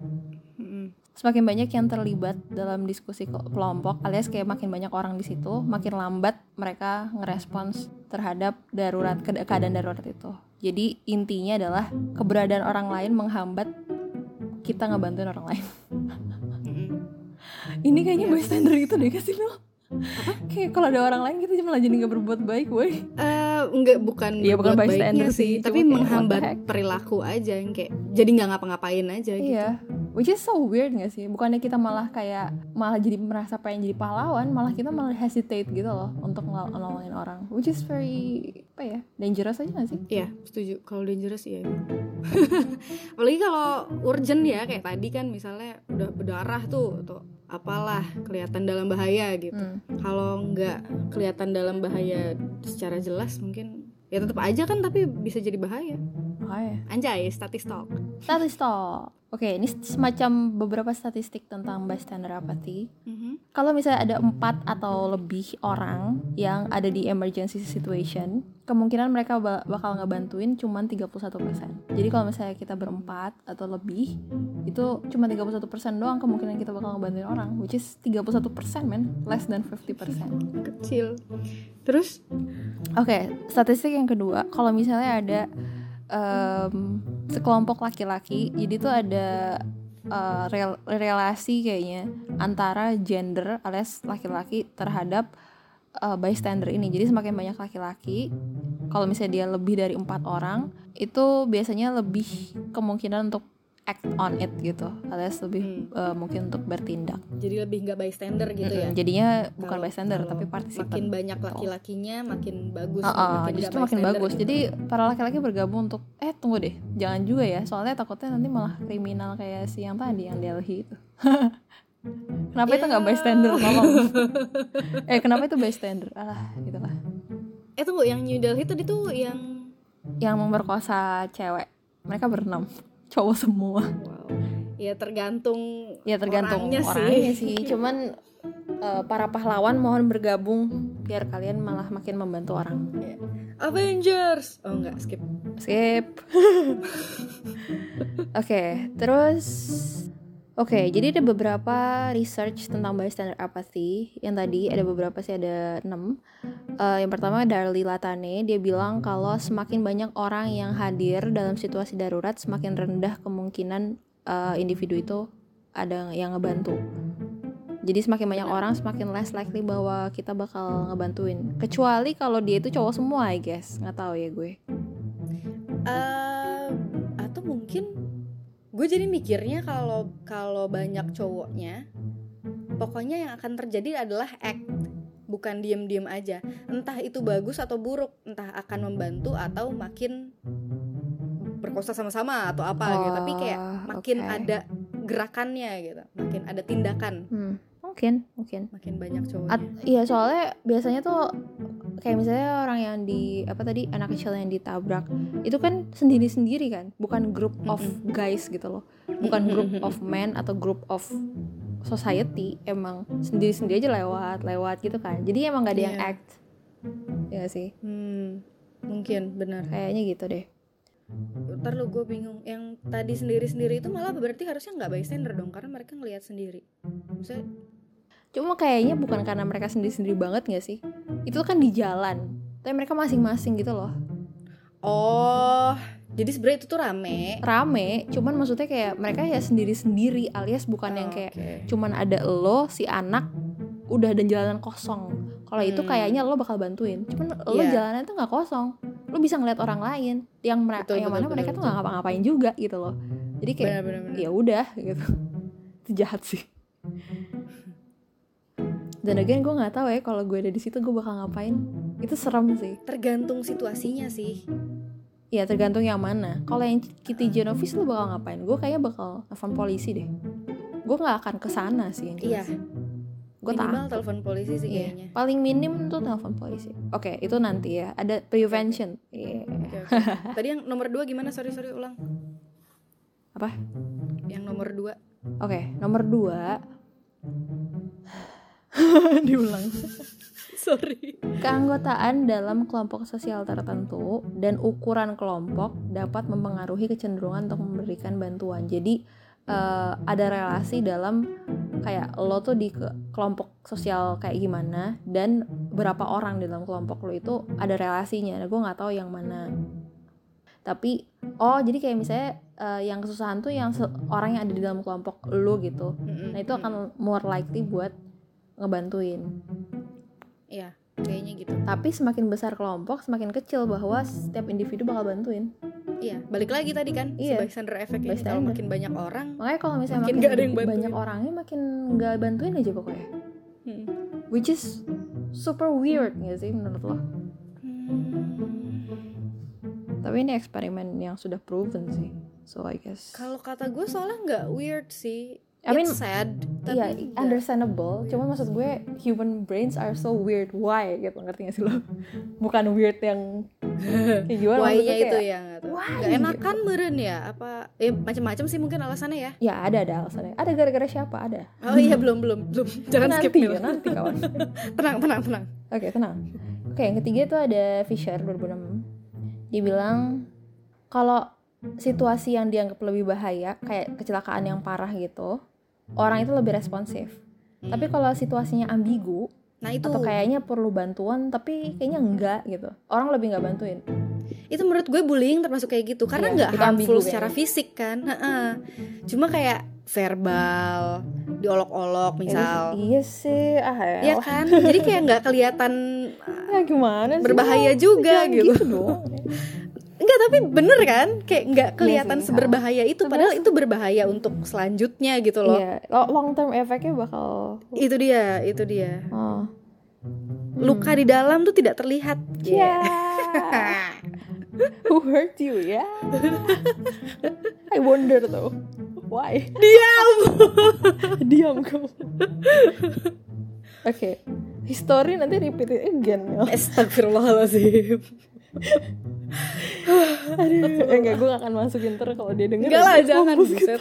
semakin banyak yang terlibat dalam diskusi kelompok alias kayak makin banyak orang di situ, makin lambat mereka ngerespons terhadap darurat ke- keadaan darurat itu. Jadi intinya adalah keberadaan orang lain menghambat kita ngebantuin orang lain. Ini kayaknya yeah. bystander gitu deh kasih lo. Kayak kalau ada orang lain kita malah jadi nggak berbuat baik, boy. Uh, enggak bukan ya, berbuat bukan baiknya sih, tapi kayak, menghambat perilaku aja yang kayak jadi nggak ngapa-ngapain aja gitu. Iya, which is so weird nggak sih? Bukannya kita malah kayak malah jadi merasa pengen jadi pahlawan, malah kita malah hesitate gitu loh untuk nolongin orang, which is very apa ya, dangerous aja nggak sih? Iya, setuju. Kalau dangerous ya. Apalagi kalau urgent ya, kayak tadi kan misalnya udah berdarah tuh atau apalah kelihatan dalam bahaya gitu. Hmm. Kalau nggak kelihatan dalam bahaya secara jelas mungkin ya tetap aja kan, tapi bisa jadi bahaya. Bahaya. Anjay, statistik. Statistik. Oke, okay, ini semacam beberapa statistik tentang bystander apathy. Mm-hmm. Kalau misalnya ada empat atau lebih orang yang ada di emergency situation, kemungkinan mereka bakal ngebantuin cuma tiga puluh satu persen. Jadi kalau misalnya kita berempat atau lebih, itu cuma tiga puluh satu persen doang kemungkinan kita bakal ngebantuin orang, which is tiga puluh satu persen man, less than fifty percent. Kecil. Terus? Oke, okay, statistik yang kedua, kalau misalnya ada um, sekelompok laki-laki, jadi tuh ada uh, rel- relasi kayaknya antara gender alias laki-laki terhadap uh, bystander ini. Jadi semakin banyak laki-laki, kalau misalnya dia lebih dari empat orang, itu biasanya lebih kemungkinan untuk act on it gitu, alias lebih hmm. uh, mungkin untuk bertindak. Jadi lebih nggak bystander gitu ya? Mm-hmm. Jadinya bukan kalo, bystander kalo tapi partisipan. Makin banyak laki-lakinya makin bagus. Uh-uh, makin justru makin bagus. Gitu. Jadi para laki-laki bergabung untuk eh tunggu deh, jangan juga ya, soalnya takutnya nanti malah kriminal kayak si yang tadi yang Delhi itu. Kenapa yeah. itu nggak bystander? Tolong. eh kenapa itu bystander? Alah, gitulah. Eh tunggu, yang New Delhi tadi tuh yang yang memperkosa cewek. Mereka berenam, cowok semua. Wow. Ya tergantung. Ya tergantung orangnya, orangnya sih. sih. Cuman uh, para pahlawan mohon bergabung biar kalian malah makin membantu orang. Yeah. Avengers. Oh enggak, skip. Skip. Oke, okay, terus oke, okay, jadi ada beberapa research tentang bystander apathy. Yang tadi ada beberapa sih, ada enam. Uh, yang pertama Darlie Latane, dia bilang kalau semakin banyak orang yang hadir dalam situasi darurat, semakin rendah kemungkinan uh, individu itu ada yang ngebantu. Jadi semakin banyak orang, semakin less likely bahwa kita bakal ngebantuin. Kecuali kalau dia itu cowok semua, I guess. Nggak tahu ya gue. Uh, atau mungkin gue jadi mikirnya kalau kalau banyak cowoknya, pokoknya yang akan terjadi adalah act, bukan diem-diem aja. Entah itu bagus atau buruk, entah akan membantu atau makin berkosa sama-sama atau apa oh, gitu. Tapi kayak makin okay. ada gerakannya gitu, makin ada tindakan. Hmm. Mungkin, mungkin makin banyak cowoknya. At- iya soalnya biasanya tuh kayak misalnya orang yang di apa tadi anak kecil yang ditabrak itu kan sendiri-sendiri kan, bukan group of guys gitu loh, bukan group of men atau group of society, emang sendiri-sendiri aja lewat lewat gitu kan. Jadi emang gak ada yeah. yang act, ya sih. Hmm, mungkin benar. Kayaknya gitu deh. Ntar lu gue bingung, yang tadi sendiri-sendiri itu malah berarti harusnya nggak bystander dong, karena mereka ngelihat sendiri. Maksudnya cuma kayaknya bukan karena mereka sendiri-sendiri banget gak sih? Itu kan di jalan, tapi mereka masing-masing gitu loh. Oh, jadi sebenarnya itu tuh rame. Rame, cuman maksudnya kayak mereka ya sendiri-sendiri, alias bukan oh, yang kayak okay. cuman ada lo, si anak, udah dan jalanan kosong. Kalau hmm. itu kayaknya lo bakal bantuin. Cuman lo yeah. jalanan tuh nggak kosong, lo bisa ngeliat orang lain yang, mer- betul, yang betul, mana betul, mereka betul. tuh nggak ngapa-ngapain juga gitu loh. Jadi kayak ya udah gitu. Itu jahat sih. Dan again gue nggak tahu ya kalau gue ada di situ gue bakal ngapain. Itu serem sih. Tergantung situasinya sih. Iya tergantung yang mana. Kalau yang Kitty Genovese lo bakal ngapain? Gue kayaknya bakal telepon polisi deh. Gue nggak akan kesana sih yang jelas. Iya. Gue minimal telepon polisi sih yeah. kayaknya. Paling minim tuh telepon polisi. Oke, okay, itu nanti ya. Ada prevention. Iya. Yeah. Okay, okay. Tadi yang nomor dua gimana? Sorry sorry ulang. Apa? Yang nomor dua. Oke, okay, nomor dua. Diulang. Sorry. Keanggotaan dalam kelompok sosial tertentu dan ukuran kelompok dapat mempengaruhi kecenderungan untuk memberikan bantuan. Jadi uh, ada relasi dalam kayak lo tuh di ke- kelompok sosial kayak gimana dan berapa orang di dalam kelompok lo itu ada relasinya. Nah, gue nggak tahu yang mana. Tapi oh jadi kayak misalnya uh, yang kesusahan tuh yang se- orang yang ada di dalam kelompok lo gitu. Nah itu akan more likely buat ngebantuin. Iya, kayaknya gitu. Tapi semakin besar kelompok, semakin kecil bahwa setiap individu bakal bantuin. Iya, balik lagi tadi kan, iya. si bystander effect ini kalau makin banyak orang, makanya kalau misalnya makin, makin banyak orangnya makin nggak bantuin aja pokoknya. Hmm. Which is super weird nggak sih menurut lo? Hmm. Tapi ini eksperimen yang sudah proven sih, so I guess. Kalau kata gue soalnya nggak weird sih. I mean, it's sad, tapi iya, understandable. Cuma maksud gue, human brains are so weird. Why? Gitu, ngerti gak sih lo? Bukan weird yang kayak gimana? Why-nya itu ya, nggak tahu. Gak enakan gitu. Meren ya? Apa? Eh, macam-macam sih mungkin alasannya ya. Ya ada ada alasannya. Ada gara-gara siapa? Ada. Oh iya belum belum belum. Jangan nanti, skip nih. Nanti kawan. tenang tenang tenang. Oke okay, tenang. Oke okay, yang ketiga itu ada Fisher dua ribu enam. Dia bilang kalau situasi yang dianggap lebih bahaya, kayak kecelakaan yang parah gitu, orang itu lebih responsif. Hmm. Tapi kalau situasinya ambigu, nah itu atau kayaknya perlu bantuan tapi kayaknya enggak gitu, orang lebih nggak bantuin. Itu menurut gue bullying termasuk kayak gitu karena nggak iya, harmful secara kayaknya. Fisik kan, He-he. Cuma kayak verbal, diolok-olok misal. Iya sih, ah ya. Iya kan, jadi kayak nggak kelihatan ya, gimana sih? Berbahaya juga gitu. gitu dong. Enggak, tapi bener kan? Kayak nggak kelihatan iya sih, seberbahaya itu, padahal itu berbahaya untuk selanjutnya gitu loh. Iya, long term efeknya bakal. Itu dia, itu dia. Oh. Luka hmm. di dalam tuh tidak terlihat. Yeah. Who hurt you ya? Yeah. I wonder though, why? Diam. Diam kau. Oke, okay. History nanti repeat it again. Astagfirullahaladzim. Aduh, enggak, gue gak akan masukin ter kalau dia denger. Enggak lah, jangan, buset.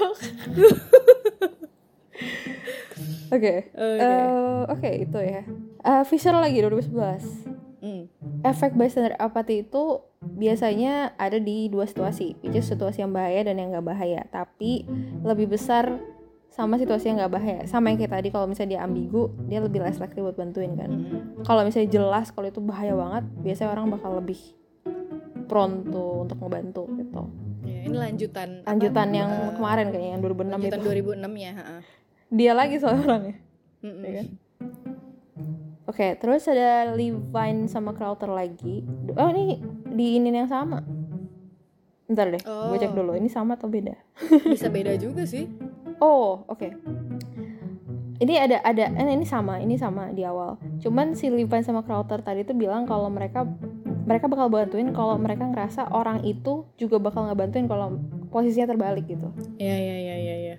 Oke, oke itu ya. Uh, Fisher lagi dua ribu sebelas. Hmm. Efek bystander apathy itu biasanya ada di dua situasi, which is situasi yang bahaya dan yang nggak bahaya. Tapi lebih besar sama situasi yang nggak bahaya. Sama yang kayak tadi, kalau misalnya dia ambigu, dia lebih less likely buat bantuin kan. Hmm. Kalau misalnya jelas kalau itu bahaya banget, biasanya orang bakal lebih prone tuh untuk ngebantu gitu. Ya, ini lanjutan. Lanjutan apa, yang uh, kemarin kayaknya yang dua ribu enam lanjutan itu. dua ribu enam ya. Dia lagi soalnya orangnya. Mm-mm. Ya kan? Oke, okay, terus ada Levine sama Crowther lagi. Oh, ini di ini yang sama. Bentar deh, Oh. gue cek dulu. Ini sama atau beda? Bisa beda juga sih. Oh, oke. Okay. Ini ada ada eh, ini sama, ini sama di awal. Cuman si Levine sama Crowther tadi tuh bilang kalau mereka mereka bakal bantuin kalau mereka ngerasa orang itu juga bakal ngebantuin kalau posisinya terbalik gitu. Iya, iya, iya, iya, iya.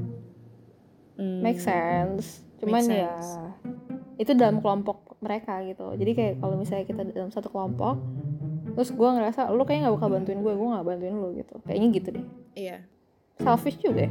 Hmm. Make sense. Cuman Make ya sense. itu dalam kelompok mereka gitu. Jadi kayak kalau misalnya kita dalam satu kelompok, terus gue ngerasa lu kayaknya nggak bakal bantuin gue, gue nggak bantuin lu gitu. Kayaknya gitu deh. Iya. Selfish juga ya.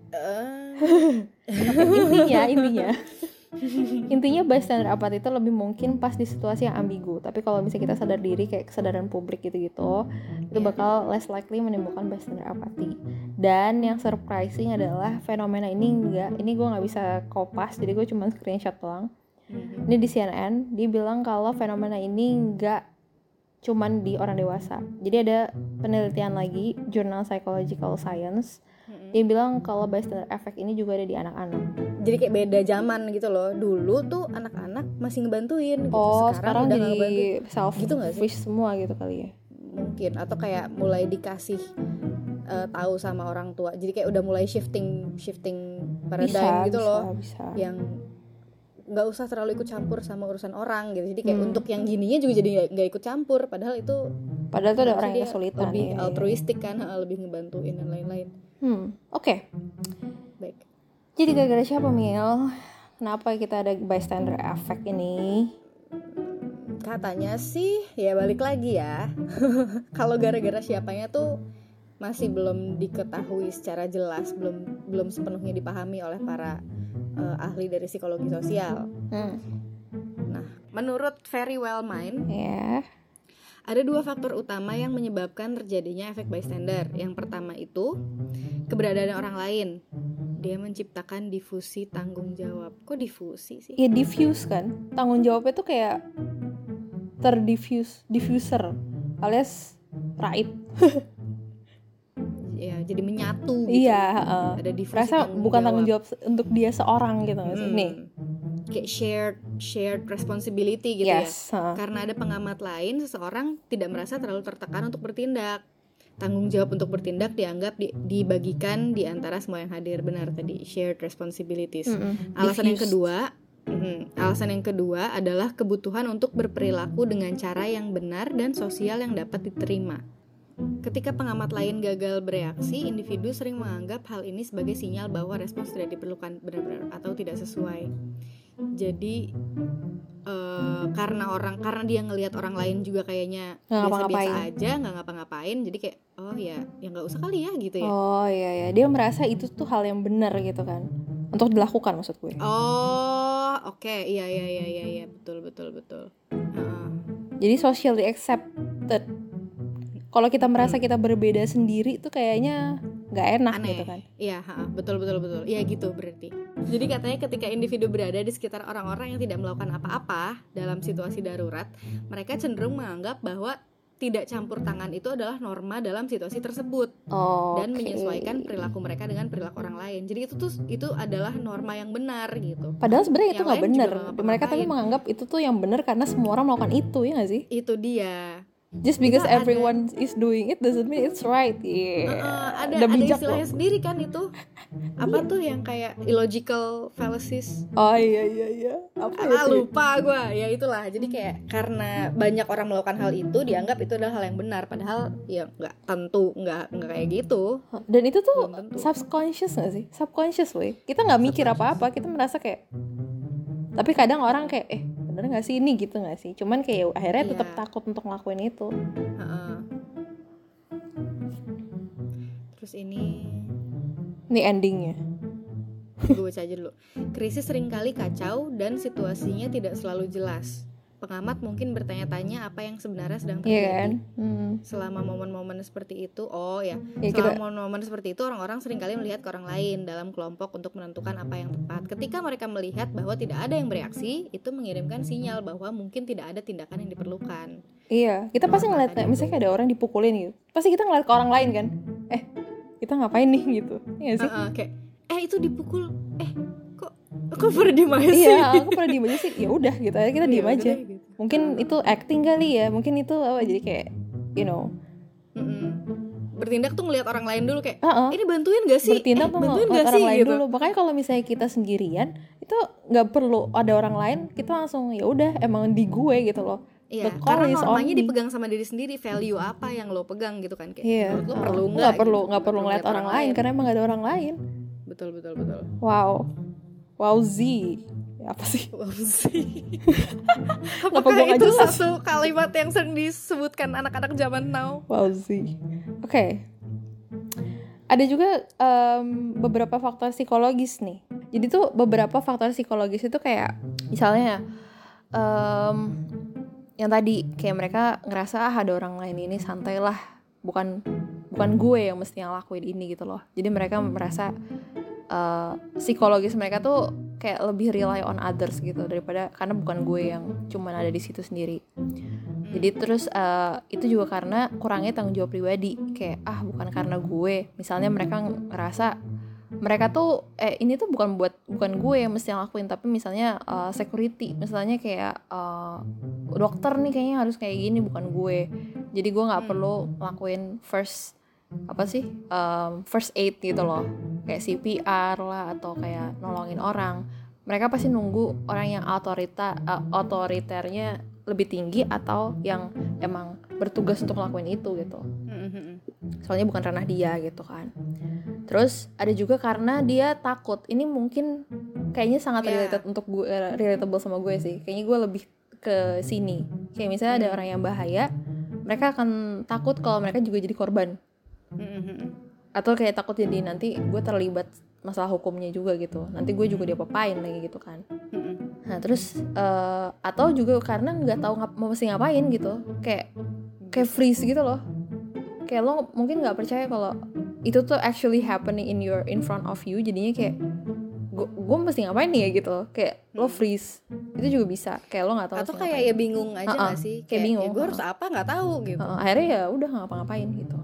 Uh. Okay, intinya intinya intinya bystander apathy itu lebih mungkin pas di situasi yang ambigu. Tapi kalau misalnya kita sadar diri kayak kesadaran publik gitu-gitu, itu bakal less likely menimbulkan bystander apathy. Dan yang surprising adalah fenomena ini enggak, ini gue nggak bisa kopas, jadi gue cuma screenshot doang. Mm-hmm. Ini di C N N, dia bilang kalau fenomena ini enggak cuman di orang dewasa. Jadi ada penelitian lagi, Journal Psychological Science, Mm-hmm. dia bilang kalau bystander effect ini juga ada di anak-anak. Jadi kayak beda zaman gitu loh. Dulu tuh anak-anak masih ngebantuin gitu. Oh, sekarang, sekarang udah jadi ngebantuin selfish gitu nggak sih? semua gitu kali ya. Mungkin, atau kayak mulai dikasih uh, tahu sama orang tua. Jadi kayak udah mulai shifting shifting paradigm Bisa, gitu bisa, loh. bisa. Yang nggak usah terlalu ikut campur sama urusan orang gitu. Jadi kayak Hmm. untuk yang gininya juga jadi nggak ikut campur. Padahal itu Padahal tuh ada orang harusnya yang dia kesulitan. lebih ya, altruistik kan, lebih ngebantuin dan lain-lain. Hmm, oke. Okay. Baik. Jadi gara-gara siapa, Mil? Kenapa kita ada bystander effect ini? Katanya sih ya balik lagi ya. Kalau gara-gara siapanya tuh masih belum diketahui secara jelas, belum belum sepenuhnya dipahami oleh para uh, ahli dari psikologi sosial. Hmm. Nah, menurut Very Well Mind, Ya. ada dua faktor utama yang menyebabkan terjadinya efek bystander. Yang pertama itu keberadaan orang lain. Dia menciptakan difusi tanggung jawab. Kok difusi sih? Ya diffuse kan. Tanggung jawabnya tuh kayak terdiffuse, diffuser alias raib. Ya, jadi menyatu gitu. Iya, uh, Ada difusi rasa tanggung bukan jawab. tanggung jawab untuk dia seorang gitu nggak sih? Hmm. Nih. Kayak shared shared responsibility gitu Yes, ya. uh. Karena ada pengamat lain, seseorang tidak merasa terlalu tertekan untuk bertindak. Tanggung jawab untuk bertindak dianggap di, dibagikan di antara semua yang hadir. Benar tadi, shared responsibilities. Mm-mm. Alasan yang Diffuse. kedua, mm, alasan yang kedua adalah kebutuhan untuk berperilaku dengan cara yang benar dan sosial yang dapat diterima. Ketika pengamat lain gagal bereaksi, individu sering menganggap hal ini sebagai sinyal bahwa respons tidak diperlukan benar-benar atau tidak sesuai. Jadi uh, karena orang karena dia ngelihat orang lain juga kayaknya Nggak biasa-biasa ngapa-ngapain. aja, nggak ngapa-ngapain, jadi kayak oh ya, ya nggak usah kali ya gitu ya. Oh iya ya, dia merasa itu tuh hal yang benar gitu kan, untuk dilakukan maksud gue. Oh oke, iya iya iya iya iya betul betul betul. Uh-uh. Jadi socially accepted. Kalau kita merasa kita berbeda sendiri tuh kayaknya nggak enak Aneh. gitu kan. Iya, ha, betul betul betul. Iya gitu berarti. Jadi katanya ketika individu berada di sekitar orang-orang yang tidak melakukan apa-apa dalam situasi darurat, mereka cenderung menganggap bahwa tidak campur tangan itu adalah norma dalam situasi tersebut. Oh. Dan menyesuaikan perilaku mereka dengan perilaku orang lain. Jadi itu tuh itu adalah norma yang benar gitu. Padahal sebenarnya itu Yang nggak lain benar. juga nggak Mereka tapi ngapa-ngapain. menganggap itu tuh yang benar karena semua orang melakukan itu, ya nggak sih? Itu dia. Just because Itu ada- everyone is doing it doesn't mean it's right. Iya. Uh-uh, ada Udah ada bijak istilahnya loh. sendiri kan itu. Apa tuh yang kayak illogical fallacies? Oh iya iya iya. Apa Ah, itu? lupa gue. Ya itulah. Jadi kayak karena banyak orang melakukan hal itu, dianggap itu adalah hal yang benar. Padahal ya nggak tentu, nggak nggak kayak gitu. Dan itu tuh Belum tentu. subconscious nggak sih? Subconscious way. Kita nggak mikir apa-apa, kita merasa kayak. Tapi kadang orang kayak eh bener nggak sih ini gitu nggak sih? Cuman kayak akhirnya tetap Iya. takut untuk ngelakuin itu. Heeh. Terus ini Ini endingnya. gue baca aja dulu. Krisis seringkali kacau dan situasinya tidak selalu jelas. Pengamat mungkin bertanya-tanya apa yang sebenarnya sedang terjadi. Iya kan? Hmm. Selama momen-momen seperti itu, oh ya, Ya, selama kita- momen-momen seperti itu orang-orang seringkali melihat ke orang lain dalam kelompok untuk menentukan apa yang tepat. Ketika mereka melihat bahwa tidak ada yang bereaksi, itu mengirimkan sinyal bahwa mungkin tidak ada tindakan yang diperlukan. Iya, kita pasti ngeliat kayak misalnya kayak ada orang dipukulin gitu. Pasti kita ngeliat ke orang lain kan. Eh, kita ngapain nih gitu. Iya sih? Uh-uh, kayak eh itu dipukul, eh kok kok pada diem aja sih? Iya, aku pernah diem aja sih. Ya udah gitu aja kita Ya diem udah aja. deh, gitu. Mungkin itu acting kali ya. Mungkin itu apa jadi kayak you know. Mm-mm. Bertindak tuh ngelihat orang lain dulu kayak Uh-uh. ini bantuin gak sih? Bertindak eh, tuh bantuin ngeliat gak orang sih lain gitu. dulu. Makanya kalau misalnya kita sendirian itu nggak perlu ada orang lain. Kita langsung ya udah emang di gue gitu loh. Iya, The call karena is on normanya me. dipegang sama diri sendiri, value apa yang lo pegang gitu kan kayak. Iya. Menurut lo Uh, perlu nggak? nggak perlu gitu. nggak perlu ngeliat orang lain karena emang gak ada orang lain. Betul betul betul. Wow, wow Z. Ya, apa sih? Wow sih. Kenapa Apakah gua nggak itu jelas? satu kalimat yang sering disebutkan anak-anak zaman now? Wow Z. Oke. Ada juga em, beberapa faktor psikologis nih. Jadi tuh beberapa faktor psikologis itu kayak misalnya em, yang tadi kayak mereka ngerasa ah ada orang lain ini santai lah, bukan bukan gue yang mesti ngelakuin ini gitu loh. Jadi mereka merasa eh, psikologis mereka tuh kayak lebih rely on others gitu daripada karena bukan gue yang cuman ada di situ sendiri. Jadi terus uh, itu juga karena kurangnya tanggung jawab pribadi. Kayak ah bukan karena gue. Misalnya mereka ngerasa mereka tuh eh ini tuh bukan buat bukan gue yang mesti ngelakuin, tapi misalnya uh, security, misalnya kayak uh, dokter nih kayaknya harus kayak gini, bukan gue. Jadi gue nggak perlu ngelakuin first apa sih um, first aid gitu loh, kayak C P R lah atau kayak nolongin orang. Mereka pasti nunggu orang yang otorita uh, otoriternya lebih tinggi atau yang emang bertugas untuk ngelakuin itu gitu. Soalnya bukan ranah dia gitu kan. Terus ada juga karena dia takut. Ini mungkin kayaknya sangat Yeah. related untuk gue, relatable sama gue sih. Kayaknya gue lebih ke sini. Kayak misalnya ada orang yang bahaya, mereka akan takut kalau mereka juga jadi korban. Atau kayak takut jadi nanti gue terlibat masalah hukumnya juga gitu. Nanti gue juga diapa-apain lagi gitu kan. Nah terus uh, atau juga karena nggak tahu ngap- mau mesti ngapain gitu. Kayak kayak freeze gitu loh. Kayak lo mungkin nggak percaya kalau itu tuh actually happening in your in front of you. Jadinya kayak gue mesti ngapain nih ya gitu. Kayak lo freeze. Itu juga bisa. Kayak lo nggak tahu. Atau mesti kayak ngapain. ya bingung aja Uh-uh, nggak sih? kayak bingung. Ya gue harus apa nggak tahu gitu. Uh, akhirnya ya udah nggak ngapa-ngapain gitu.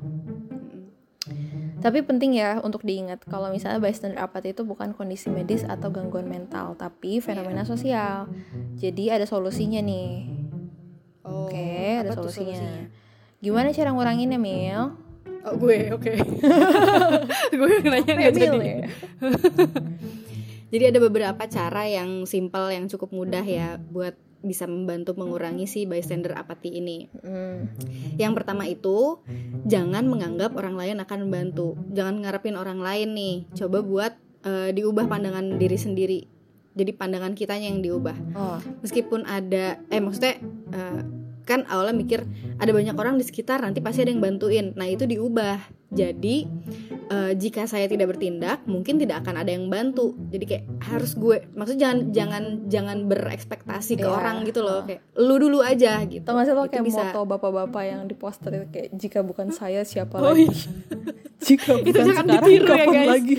Tapi penting ya untuk diingat kalau misalnya bystander apathy itu bukan kondisi medis atau gangguan mental, tapi fenomena sosial. Jadi ada solusinya nih. Oh, Oke, ada apa tuh solusinya. Gimana cara nguranginnya, Mil? Oh gue, oke. Gue yang nanya nggak Mil jadi. ya? Jadi ada beberapa cara yang simpel, yang cukup mudah ya buat bisa membantu mengurangi si bystander apathy ini. Hmm. Yang pertama itu, jangan menganggap orang lain akan membantu. Jangan ngarepin orang lain nih. Coba buat uh, diubah pandangan diri sendiri. Jadi pandangan kitanya yang diubah. Oh. Meskipun ada, eh maksudnya uh, kan awalnya mikir ada banyak orang di sekitar, nanti pasti ada yang bantuin. Nah itu diubah. Jadi uh, jika saya tidak bertindak, mungkin tidak akan ada yang bantu. Jadi kayak harus gue, maksudnya jangan jangan jangan berekspektasi ke Iya. orang gitu loh. Kayak lu dulu aja gitu. Tau gak sih lo Itu kayak bisa. moto bapak-bapak yang di poster itu kayak jika bukan saya siapa Oh, lagi? iya. Jika Itu bukan jangan sekarang ditiru ya, kapan guys. lagi?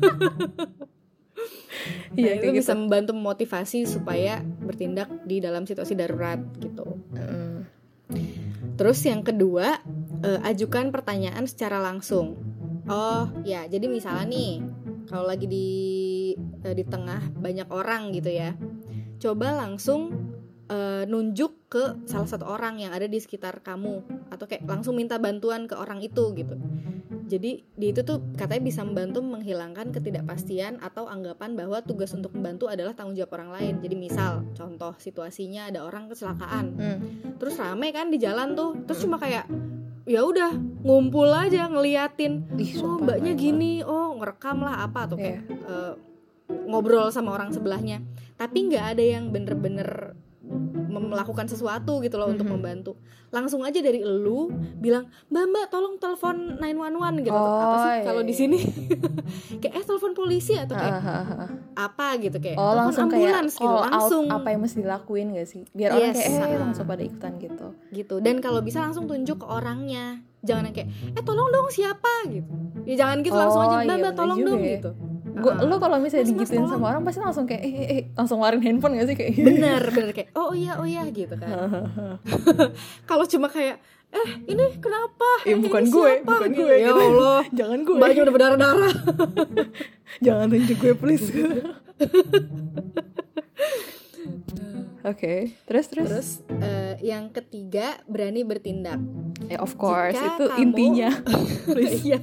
Nah, Iya itu kayak bisa gitu. membantu memotivasi supaya bertindak di dalam situasi darurat gitu. Mm. Terus yang kedua, eh, ajukan pertanyaan secara langsung. Oh ya, jadi misalnya nih, kalau lagi di eh, di tengah banyak orang gitu ya, coba langsung eh, nunjuk ke salah satu orang yang ada di sekitar kamu, atau kayak langsung minta bantuan ke orang itu gitu. Jadi di itu tuh katanya bisa membantu menghilangkan ketidakpastian atau anggapan bahwa tugas untuk membantu adalah tanggung jawab orang lain. Jadi misal, contoh situasinya ada orang kecelakaan, Hmm. terus rame kan di jalan tuh, terus cuma kayak ya udah ngumpul aja ngeliatin, Ih, oh sumpah, mbaknya annoying gini, oh ngerekam lah apa tuh kayak eh, ngobrol sama orang sebelahnya, tapi nggak ada yang bener-bener melakukan sesuatu gitu loh Mhm. untuk membantu. Langsung aja dari elu bilang, "Mbak, Mbak, tolong telepon nine one one" gitu. Oh, Apa sih iya, kalau di iya. sini? Kayak eh telepon polisi atau kayak Ah, ah, ah, ah. apa gitu, kayak Oh, telepon langsung kayak ambulans gitu, call langsung out apa yang mesti dilakuin gak sih? Biar orang Yes, kayak eh ah. langsung pada ikutan gitu. gitu. Dan kalau bisa langsung tunjuk ke orangnya. Jangan yang kayak eh tolong dong siapa gitu. Ya jangan gitu, langsung Oh, aja, "Mbak, iya, Mbak, bener tolong juga dong" ya. gitu. Gua, Ah. lo kalau misalnya Mas, Mas, digituin tolong. sama orang pasti langsung kayak eh, eh, eh langsung ngeluarin handphone gak sih kayak Bener, bener kayak oh iya, oh iya gitu kan. Kalau cuma kayak eh ini kenapa? Eh, Eh, bukan ini gue, siapa?" bukan gitu. gue, Ya gitu. Allah, Jangan gue. mbaknya udah berdarah-darah. Jangan tunjuk gue please. Oke, terus terus. Terus eh, yang ketiga, berani bertindak. Eh, of course Jika itu kamu- intinya. Please. Iya.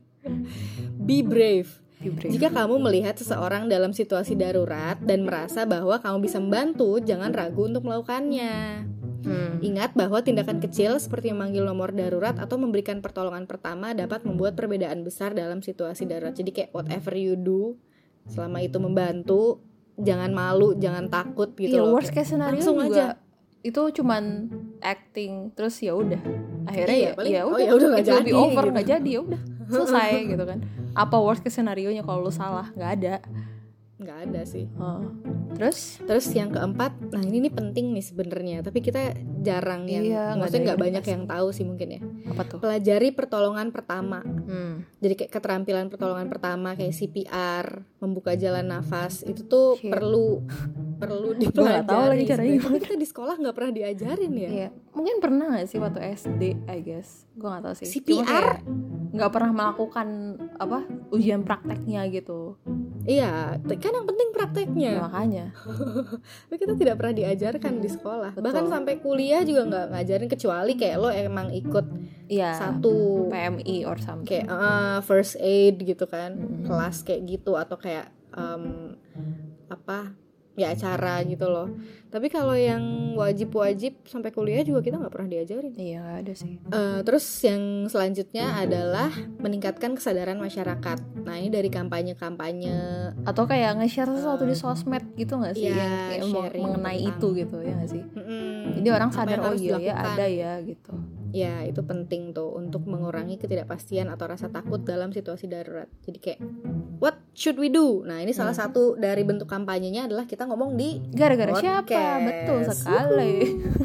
Be brave. Be brave. Jika kamu melihat seseorang dalam situasi darurat dan merasa bahwa kamu bisa membantu, jangan ragu untuk melakukannya. Hmm. Ingat bahwa tindakan kecil seperti memanggil nomor darurat atau memberikan pertolongan pertama dapat membuat perbedaan besar dalam situasi darurat. Jadi kayak whatever you do, selama itu membantu, jangan malu, jangan takut gitu Iya, loh. worst Kayak case scenario langsung juga aja. itu cuman acting terus ya udah. Akhirnya Iya, ya paling, ya oh udah. ya udah nggak It will be jadi, over, gitu. nggak jadi ya udah. Selesai gitu kan. Apa worst case scenario-nya kalau lu salah? Nggak ada. Nggak ada sih. Oh. Terus Terus yang keempat, nah ini nih penting nih sebenarnya, tapi kita jarang yang, Iya, nggak maksudnya ada nggak yang banyak pasti. yang tahu sih mungkin ya. apa tuh? Pelajari pertolongan pertama. Hmm. Jadi kayak keterampilan pertolongan pertama kayak C P R, membuka jalan nafas, itu tuh Shit. perlu perlu Gua dipelajari. nggak tahu lagi caranya sebenarnya. gimana. Tapi kita di sekolah nggak pernah diajarin ya. Iya, mungkin pernah gak sih waktu S D, I guess. Gue gak tahu sih. C P R? Cuma kayak nggak pernah melakukan apa ujian prakteknya gitu. Iya, t- kan yang penting prakteknya. Ya, makanya. Tapi kita tidak pernah diajarkan di sekolah. Betul. Bahkan sampai kuliah juga nggak ngajarin, kecuali kayak lo emang ikut Iya. satu P M I or something. kayak uh, first aid gitu kan, Mm-mm. kelas kayak gitu, atau kayak um, apa ya acara gitu loh. Tapi kalau yang wajib-wajib sampai kuliah juga kita nggak pernah diajarin. Iya, gak ada sih. Uh, terus yang selanjutnya adalah meningkatkan kesadaran masyarakat. Nah ini dari kampanye-kampanye. Atau kayak nge-share sesuatu di sosmed gitu gak sih? Iya, yang kayak mau- sharing mengenai tentang- itu gitu ya gak sih? Mm-mm, Jadi orang apa sadar yang oh harus iya ya dilakukan. ada ya gitu. Ya itu penting tuh untuk mengurangi ketidakpastian atau rasa takut dalam situasi darurat. Jadi kayak what should we do? Nah ini salah Hmm. satu dari bentuk kampanyenya adalah kita ngomong di Gara-gara Podcast. siapa? Betul sekali.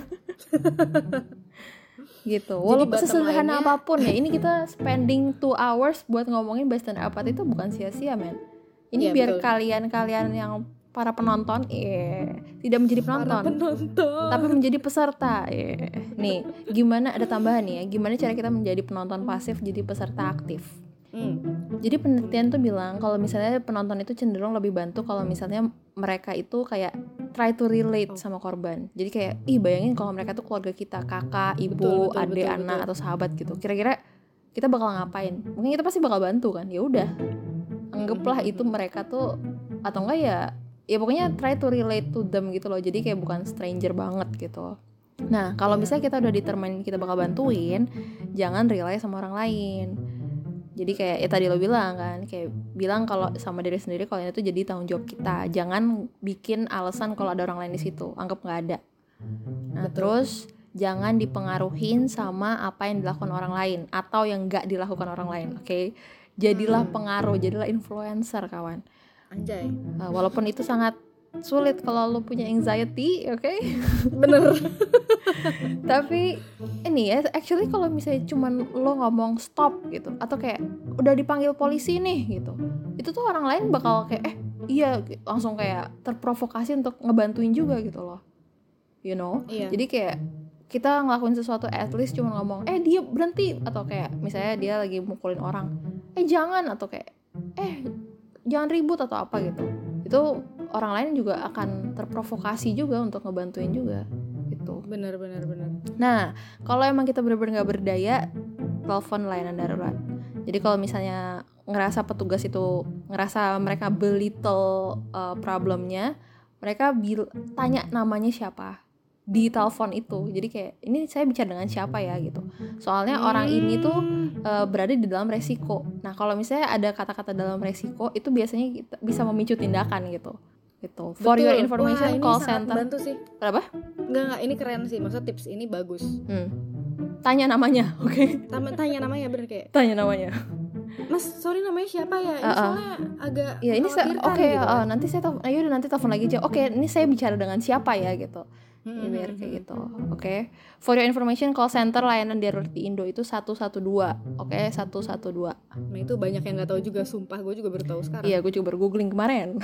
Gitu. Jadi Walaupun bottom sesederhana line-nya- apapun ya, ini kita spending two hours buat ngomongin by stand up itu bukan sia-sia, men. Ini Iya, biar betul. kalian-kalian yang para penonton, eh tidak menjadi para penonton, penonton. tapi menjadi peserta. Eh. Nih, gimana ada tambahan nih ya? Gimana cara kita menjadi penonton pasif jadi peserta aktif? Hmm. Jadi penelitian tuh bilang kalau misalnya penonton itu cenderung lebih bantu kalau misalnya mereka itu kayak try to relate sama korban. Jadi kayak ih bayangin kalau mereka tuh keluarga kita, kakak, ibu, Betul, betul, adik, betul, anak betul. atau sahabat gitu. Kira-kira kita bakal ngapain? Mungkin kita pasti bakal bantu kan. Ya udah. Anggaplah itu mereka tuh atau enggak ya ya pokoknya try to relate to them gitu loh. Jadi kayak bukan stranger banget gitu. Nah, kalau misalnya kita udah determine kita bakal bantuin, jangan rely sama orang lain. Jadi kayak ya tadi lo bilang kan, kayak bilang kalau sama diri sendiri kalau itu jadi tanggung jawab kita. Jangan bikin alasan kalau ada orang lain di situ, anggap nggak ada. Nah Betul. terus jangan dipengaruhin sama apa yang dilakukan orang lain atau yang nggak dilakukan orang lain, oke? Jadilah Hmm. pengaruh, jadilah influencer kawan. Anjay. Nah, walaupun itu sangat sulit kalau lo punya anxiety, oke? Bener. Tapi ini ya, actually kalau misalnya cuman lo ngomong stop gitu, atau kayak udah dipanggil polisi nih gitu, itu tuh orang lain bakal kayak eh iya langsung kayak terprovokasi untuk ngebantuin juga gitu loh, you know? Iya. Jadi kayak kita ngelakuin sesuatu at least cuma ngomong eh dia berhenti, atau kayak misalnya dia lagi mukulin orang, eh jangan, atau kayak eh jangan ribut atau apa gitu. Itu orang lain juga akan terprovokasi juga untuk ngebantuin juga gitu. Bener bener bener. Nah, kalau emang kita benar-benar nggak berdaya, telepon layanan darurat. Jadi kalau misalnya ngerasa petugas itu ngerasa mereka belittle uh, problemnya, mereka bil- tanya namanya siapa di telepon itu. Jadi kayak ini saya bicara dengan siapa ya gitu. Soalnya orang ini tuh uh, berada di dalam resiko. Nah, kalau misalnya ada kata-kata dalam resiko, itu biasanya kita bisa memicu tindakan gitu. gitu. For Betul. your information, Wah, ini call sangat center. membantu sih. Kenapa? Enggak enggak, ini keren sih. Maksudnya tips ini bagus. Hmm. Tanya namanya, oke? Okay? Tanya namanya bener kayak. Tanya namanya. Mas, sorry namanya siapa ya? Ini uh, uh. soalnya agak ya ini saya oke okay, gitu. uh, uh, nanti saya telepon, ayo nanti telepon lagi aja. Oke, okay, ini saya bicara dengan siapa ya gitu. Hmm, ya, biar kayak gitu. Oke. Okay. For your information, call center layanan darurat di Indo itu satu satu dua. Oke, okay? satu satu dua. Nah, itu banyak yang enggak tahu juga, sumpah gue juga baru tahu sekarang. Iya, gue juga baru googling kemarin.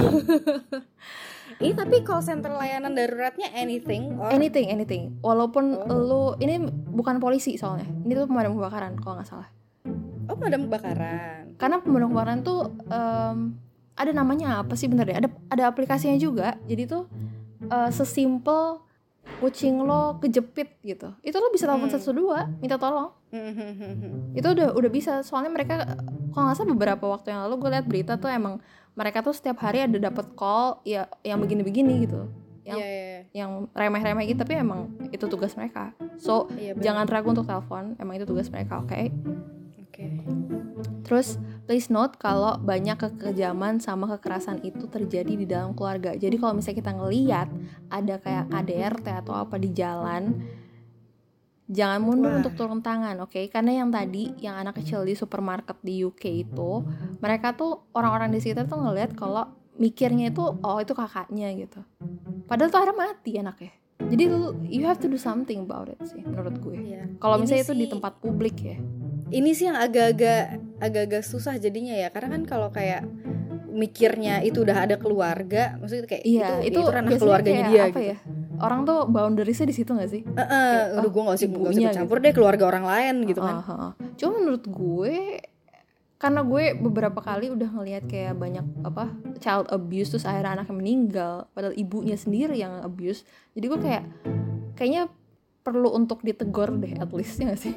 Ini tapi call center layanan daruratnya anything or... anything anything. Walaupun oh. lu ini bukan polisi soalnya. Ini tuh pemadam kebakaran kalau nggak salah. Oh, pemadam kebakaran. Karena pemadam kebakaran tuh um, ada namanya apa sih bener deh. Ada ada aplikasinya juga. Jadi tuh uh, sesimpel kucing lo kejepit gitu. Itu lo bisa telepon satu dua minta tolong. Itu udah udah bisa. Soalnya mereka kalau nggak salah beberapa waktu yang lalu gue lihat berita tuh emang mereka tuh setiap hari ada dapat call ya yang begini-begini gitu. Yang yeah, yeah, yeah. yang remeh-remeh gitu, tapi emang itu tugas mereka. So, yeah, jangan ragu untuk telepon, emang itu tugas mereka, oke? Okay? Oke. Okay. Terus please note kalau banyak kekejaman sama kekerasan itu terjadi di dalam keluarga. Jadi kalau misalnya kita ngelihat ada kayak K D R T atau apa di jalan, jangan mundur Wah. untuk turun tangan, oke? Okay? Karena yang tadi, yang anak kecil di supermarket di U K itu, mereka tuh orang-orang di sekitar tuh ngelihat kalau mikirnya itu, oh itu kakaknya gitu. Padahal tuh akhirnya mati anaknya. Jadi you have to do something about it sih, menurut gue. Yeah. Kalau misalnya sih, itu di tempat publik ya. Ini sih yang agak-agak agak-agak susah jadinya ya, karena kan kalau kayak mikirnya itu udah ada keluarga, maksudnya kayak iya, itu, itu, itu ranah keluarganya dia apa gitu. Ya? Orang tuh boundariesnya di situ nggak sih? Uh, uh, udah gue nggak sih gue ikut campur gitu. Deh keluarga orang lain gitu kan. Uh, uh, uh. Cuma menurut gue, karena gue beberapa kali udah ngelihat kayak banyak apa child abuse terus akhirnya anaknya meninggal, padahal ibunya sendiri yang abuse. Jadi gue kayak kayaknya perlu untuk ditegur deh at least ya nggak sih?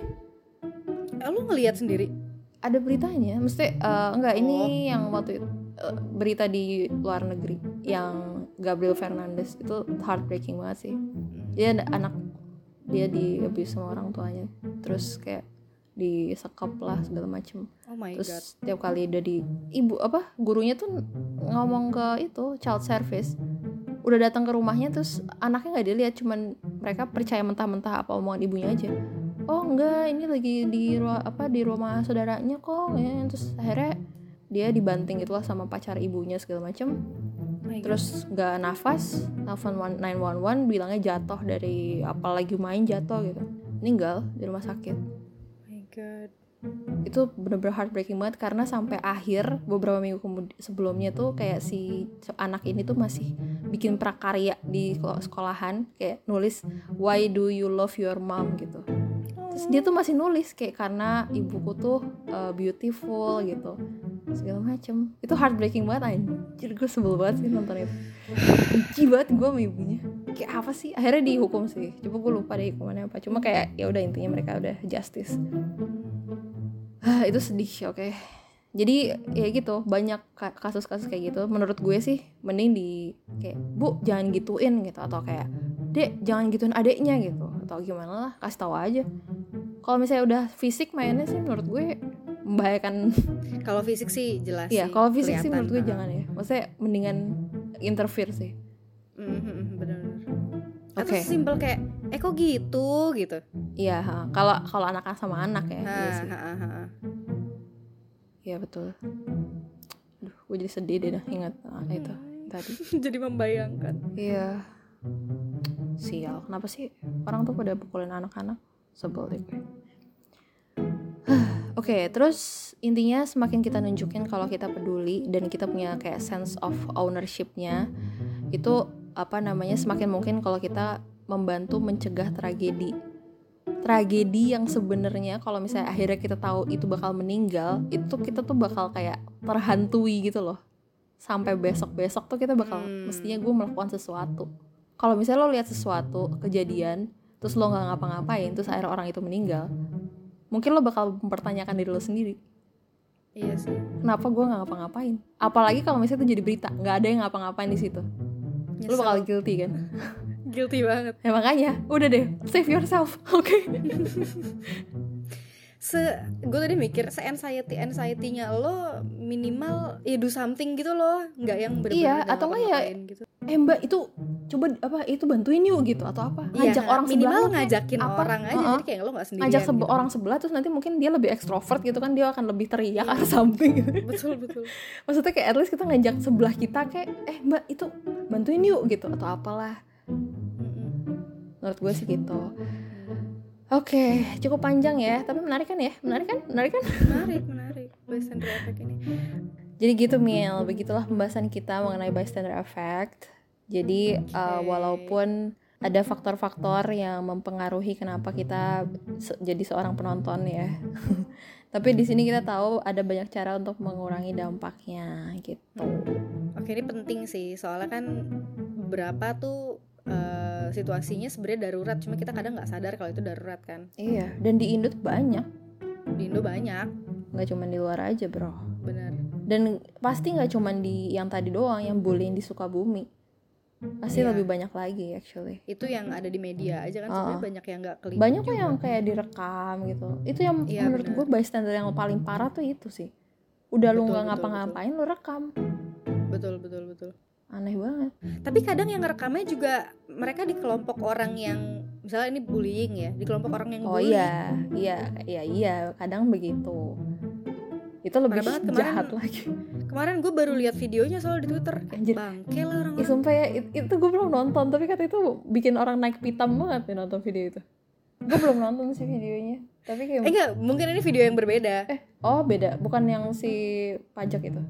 Lu ngelihat sendiri? Ada beritanya, mesti uh, enggak oh. Ini yang waktu itu uh, berita di luar negeri yang Gabriel Fernandez itu heartbreaking banget sih. Dia ada anak dia di abuse sama orang tuanya, terus kayak disekap lah segala macem. Oh my terus God. Tiap kali udah di ibu apa gurunya tuh ngomong ke itu child service, udah datang ke rumahnya terus anaknya nggak dilihat, cuman mereka percaya mentah-mentah apa omongan ibunya aja. Oh enggak, ini lagi di ruang apa di rumah saudaranya kok ya. Terus akhirnya dia dibanting gitulah sama pacar ibunya segala macem. Oh terus nggak nafas, telepon nine one one bilangnya jatuh dari apa lagi main jatuh gitu, meninggal di rumah sakit. Oh my God. Itu bener-bener heartbreaking banget karena sampai akhir beberapa minggu kemudian sebelumnya tuh kayak si anak ini tuh masih bikin prakarya di sekolahan kayak nulis why do you love your mom gitu. Terus dia tuh masih nulis kayak karena ibuku tuh uh, beautiful gitu segala macem. Itu heartbreaking banget anjir, gue sebel banget sih nonton itu. Benci banget gue sama ibunya. Kayak apa sih? Akhirnya dihukum sih. Coba gue lupa deh hukumannya apa. Cuma kayak ya udah intinya mereka udah justice. Ah, itu sedih, oke. Okay. Jadi ya gitu, banyak kasus-kasus kayak gitu. Menurut gue sih mending di kayak bu jangan gituin gitu, atau kayak dek jangan gituin adeknya gitu, atau gimana lah, kasih tahu aja. Kalau misalnya udah fisik mainnya sih menurut gue membahayakan. Kalau fisik sih jelas. Iya, sih. Kalau fisik kelihatan. Sih menurut gue jangan ya. Maksudnya mendingan interfere sih. Mm-hmm, benar-benar. Oke. Okay. Atau simpel kayak, eh kok gitu gitu. Iya, kalau kalau anak sama anak ya. Ha, iya sih. ha, ha, ha. Iya betul. Aduh, gue jadi sedih deh dah ingat ah, itu tadi. Jadi membayangkan. Iya. Sial, kenapa sih orang tuh pada pukulin anak-anak? Sebel deh gue. Oke, okay, terus intinya semakin kita nunjukin kalau kita peduli dan kita punya kayak sense of ownership-nya, itu apa namanya semakin mungkin kalau kita membantu mencegah tragedi. Tragedi yang sebenarnya kalau misalnya akhirnya kita tahu itu bakal meninggal, itu kita tuh bakal kayak terhantui gitu loh. Sampai besok-besok tuh kita bakal hmm. mestinya gue melakukan sesuatu. Kalau misalnya lo lihat sesuatu kejadian, terus lo nggak ngapa-ngapain, terus akhirnya orang itu meninggal, mungkin lo bakal mempertanyakan diri lo sendiri. Iya sih. Kenapa gue nggak ngapa-ngapain? Apalagi kalau misalnya itu jadi berita, nggak ada yang ngapa-ngapain di situ, lo bakal guilty kan? Guilty banget. Ya makanya, udah deh, save yourself, oke? Okay? se gue tadi mikir se anxiety anxiety-nya lo minimal ya do something gitu loh, nggak yang bener-bener Iya, atau nggak ya gitu. eh mbak itu coba apa itu bantuin yuk gitu atau apa, ngajak Iya, orang sebelah minimal lo kayak ngajakin apa, orang aja, uh-uh. jadi kayak lo nggak sendirian ngajak sebe- gitu. orang sebelah, terus nanti mungkin dia lebih ekstrovert gitu kan, dia akan lebih teriak Iya. atau something gitu. Betul betul. Maksudnya kayak at least kita ngajak sebelah kita kayak eh mbak itu bantuin yuk gitu atau apalah. Mm-mm. Menurut gue sih gitu. Oke, cukup panjang ya, tapi menarik kan ya? Menarik kan? Menarik kan? Menarik menarik bystander effect ini. Jadi gitu Mil, begitulah pembahasan kita mengenai bystander effect. Jadi Oke. uh, walaupun ada faktor-faktor yang mempengaruhi kenapa kita se- jadi seorang penonton ya, tapi di sini kita tahu ada banyak cara untuk mengurangi dampaknya gitu. Oke, ini penting sih, soalnya kan beberapa tuh uh, situasinya sebenarnya darurat, cuma kita kadang nggak sadar kalau itu darurat kan. Iya, dan di Indo tuh banyak, Di Indo banyak, nggak cuma di luar aja bro. benar. Dan pasti nggak cuma di yang tadi doang, yang bullying di Sukabumi. Pasti Iya. lebih banyak lagi actually. Itu yang ada di media aja kan, Oh. sebenarnya banyak yang nggak kelihatan. Banyak kok yang kayak direkam gitu. Itu yang Iya, menurut benar. gue bystander yang paling parah tuh itu sih. Udah lu Betul, nggak betul, ngapa-ngapain lu rekam. Betul betul betul. Aneh banget. Tapi kadang yang ngerekamnya juga mereka di kelompok orang yang misalnya ini bullying ya, di kelompok orang yang Oh bully. iya, iya, iya, iya. Kadang begitu. Itu lebih Parah banget kemarin. jahat lagi. Kemarin gue baru lihat videonya soal di Twitter. Kayak Anjir. bangke lah Ih orang-orang. sumpah ya, it- itu gue belum nonton. Tapi kata itu bikin orang naik pitam banget ya nonton video itu. Gue belum nonton sih videonya. Tapi kayak Eh enggak, mungkin ini video yang berbeda. Eh, oh beda, bukan yang si pajak itu.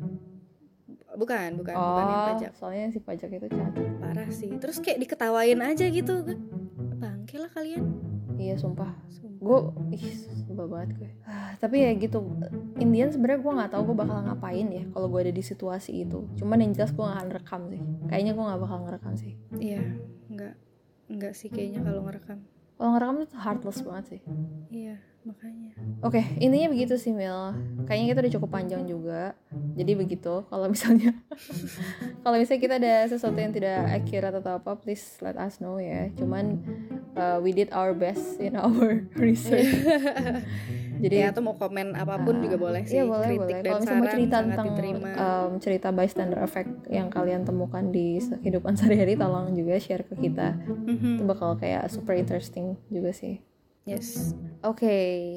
Bukan, bukan, Oh, bukan yang pajak. soalnya si pajak itu cacat. Parah sih. Terus kayak diketawain aja gitu kan. Bangke lah kalian. Iya sumpah. Sumpah. Gue, ih, sumpah banget gue. Ah, tapi ya gitu. Indian sebenarnya gue nggak tahu gue bakal ngapain ya kalau gue ada di situasi itu. Cuman yang jelas gue nggak akan rekam sih. Kayaknya gue nggak bakal ngerekam sih. Iya, enggak. Enggak sih kayaknya kalau ngerekam. Kalau ngerekam itu heartless banget sih. Iya, makanya. Oke, intinya begitu sih Mil. Kayaknya kita udah cukup panjang juga. Jadi begitu. Kalau misalnya, kalau misalnya kita ada sesuatu yang tidak accurate atau apa, please let us know ya. Cuman uh, we did our best in our research. Jadi Ya, atau mau komen apapun uh, juga boleh sih. Iya boleh Kritik boleh. dan Kalau misalnya mau saran cerita sangat tentang diterima. um, cerita bystander effect yang kalian temukan di kehidupan sehari-hari, tolong juga share ke kita. Itu Mhm. bakal kayak super interesting juga sih. Yes. Oke,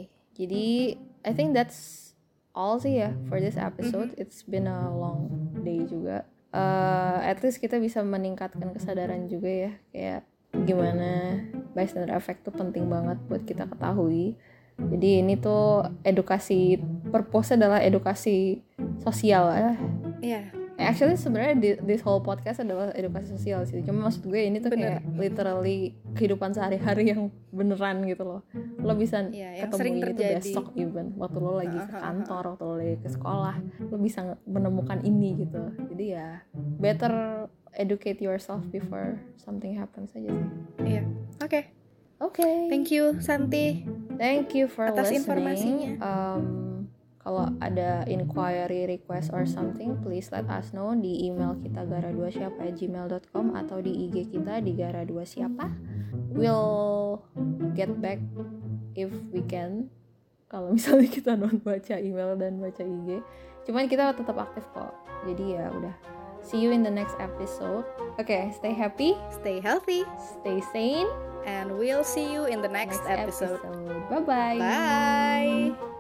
jadi I think that's all sih ya for this episode. Mhm. It's been a long day juga. Uh, at least kita bisa meningkatkan kesadaran juga ya, kayak gimana bystander effect tuh penting banget buat kita ketahui. Jadi ini tuh edukasi, purpose adalah edukasi sosial ya. Iya. Eh, Actually sebenarnya di- this whole podcast adalah edukasi sosial sih. Cuma maksud gue ini tuh Bener. kayak literally kehidupan sehari-hari yang beneran gitu loh. Lo bisa Iya, yang ketemu sering ini tuh terjadi. besok even waktu lo lagi ke Ah, ah, ah, kantor, waktu lo lagi ke sekolah, lo bisa nge- menemukan ini gitu. Jadi ya better educate yourself before something happens aja sih. Iya. Oke. Oke. Thank you Santi. Thank you for Atas listening. informasinya. Um, kalau ada inquiry, request or something, please let us know di email kita gara dua siapa at gmail dot com atau di I G kita di gara dua siapa. We'll get back if we can. Kalau misalnya kita non baca email dan baca I G, cuman kita tetap aktif kok. Jadi ya udah. See you in the next episode. Okay, stay happy, Stay healthy. stay sane. And we'll see you in the next, Next episode. episode. Bye bye. Bye.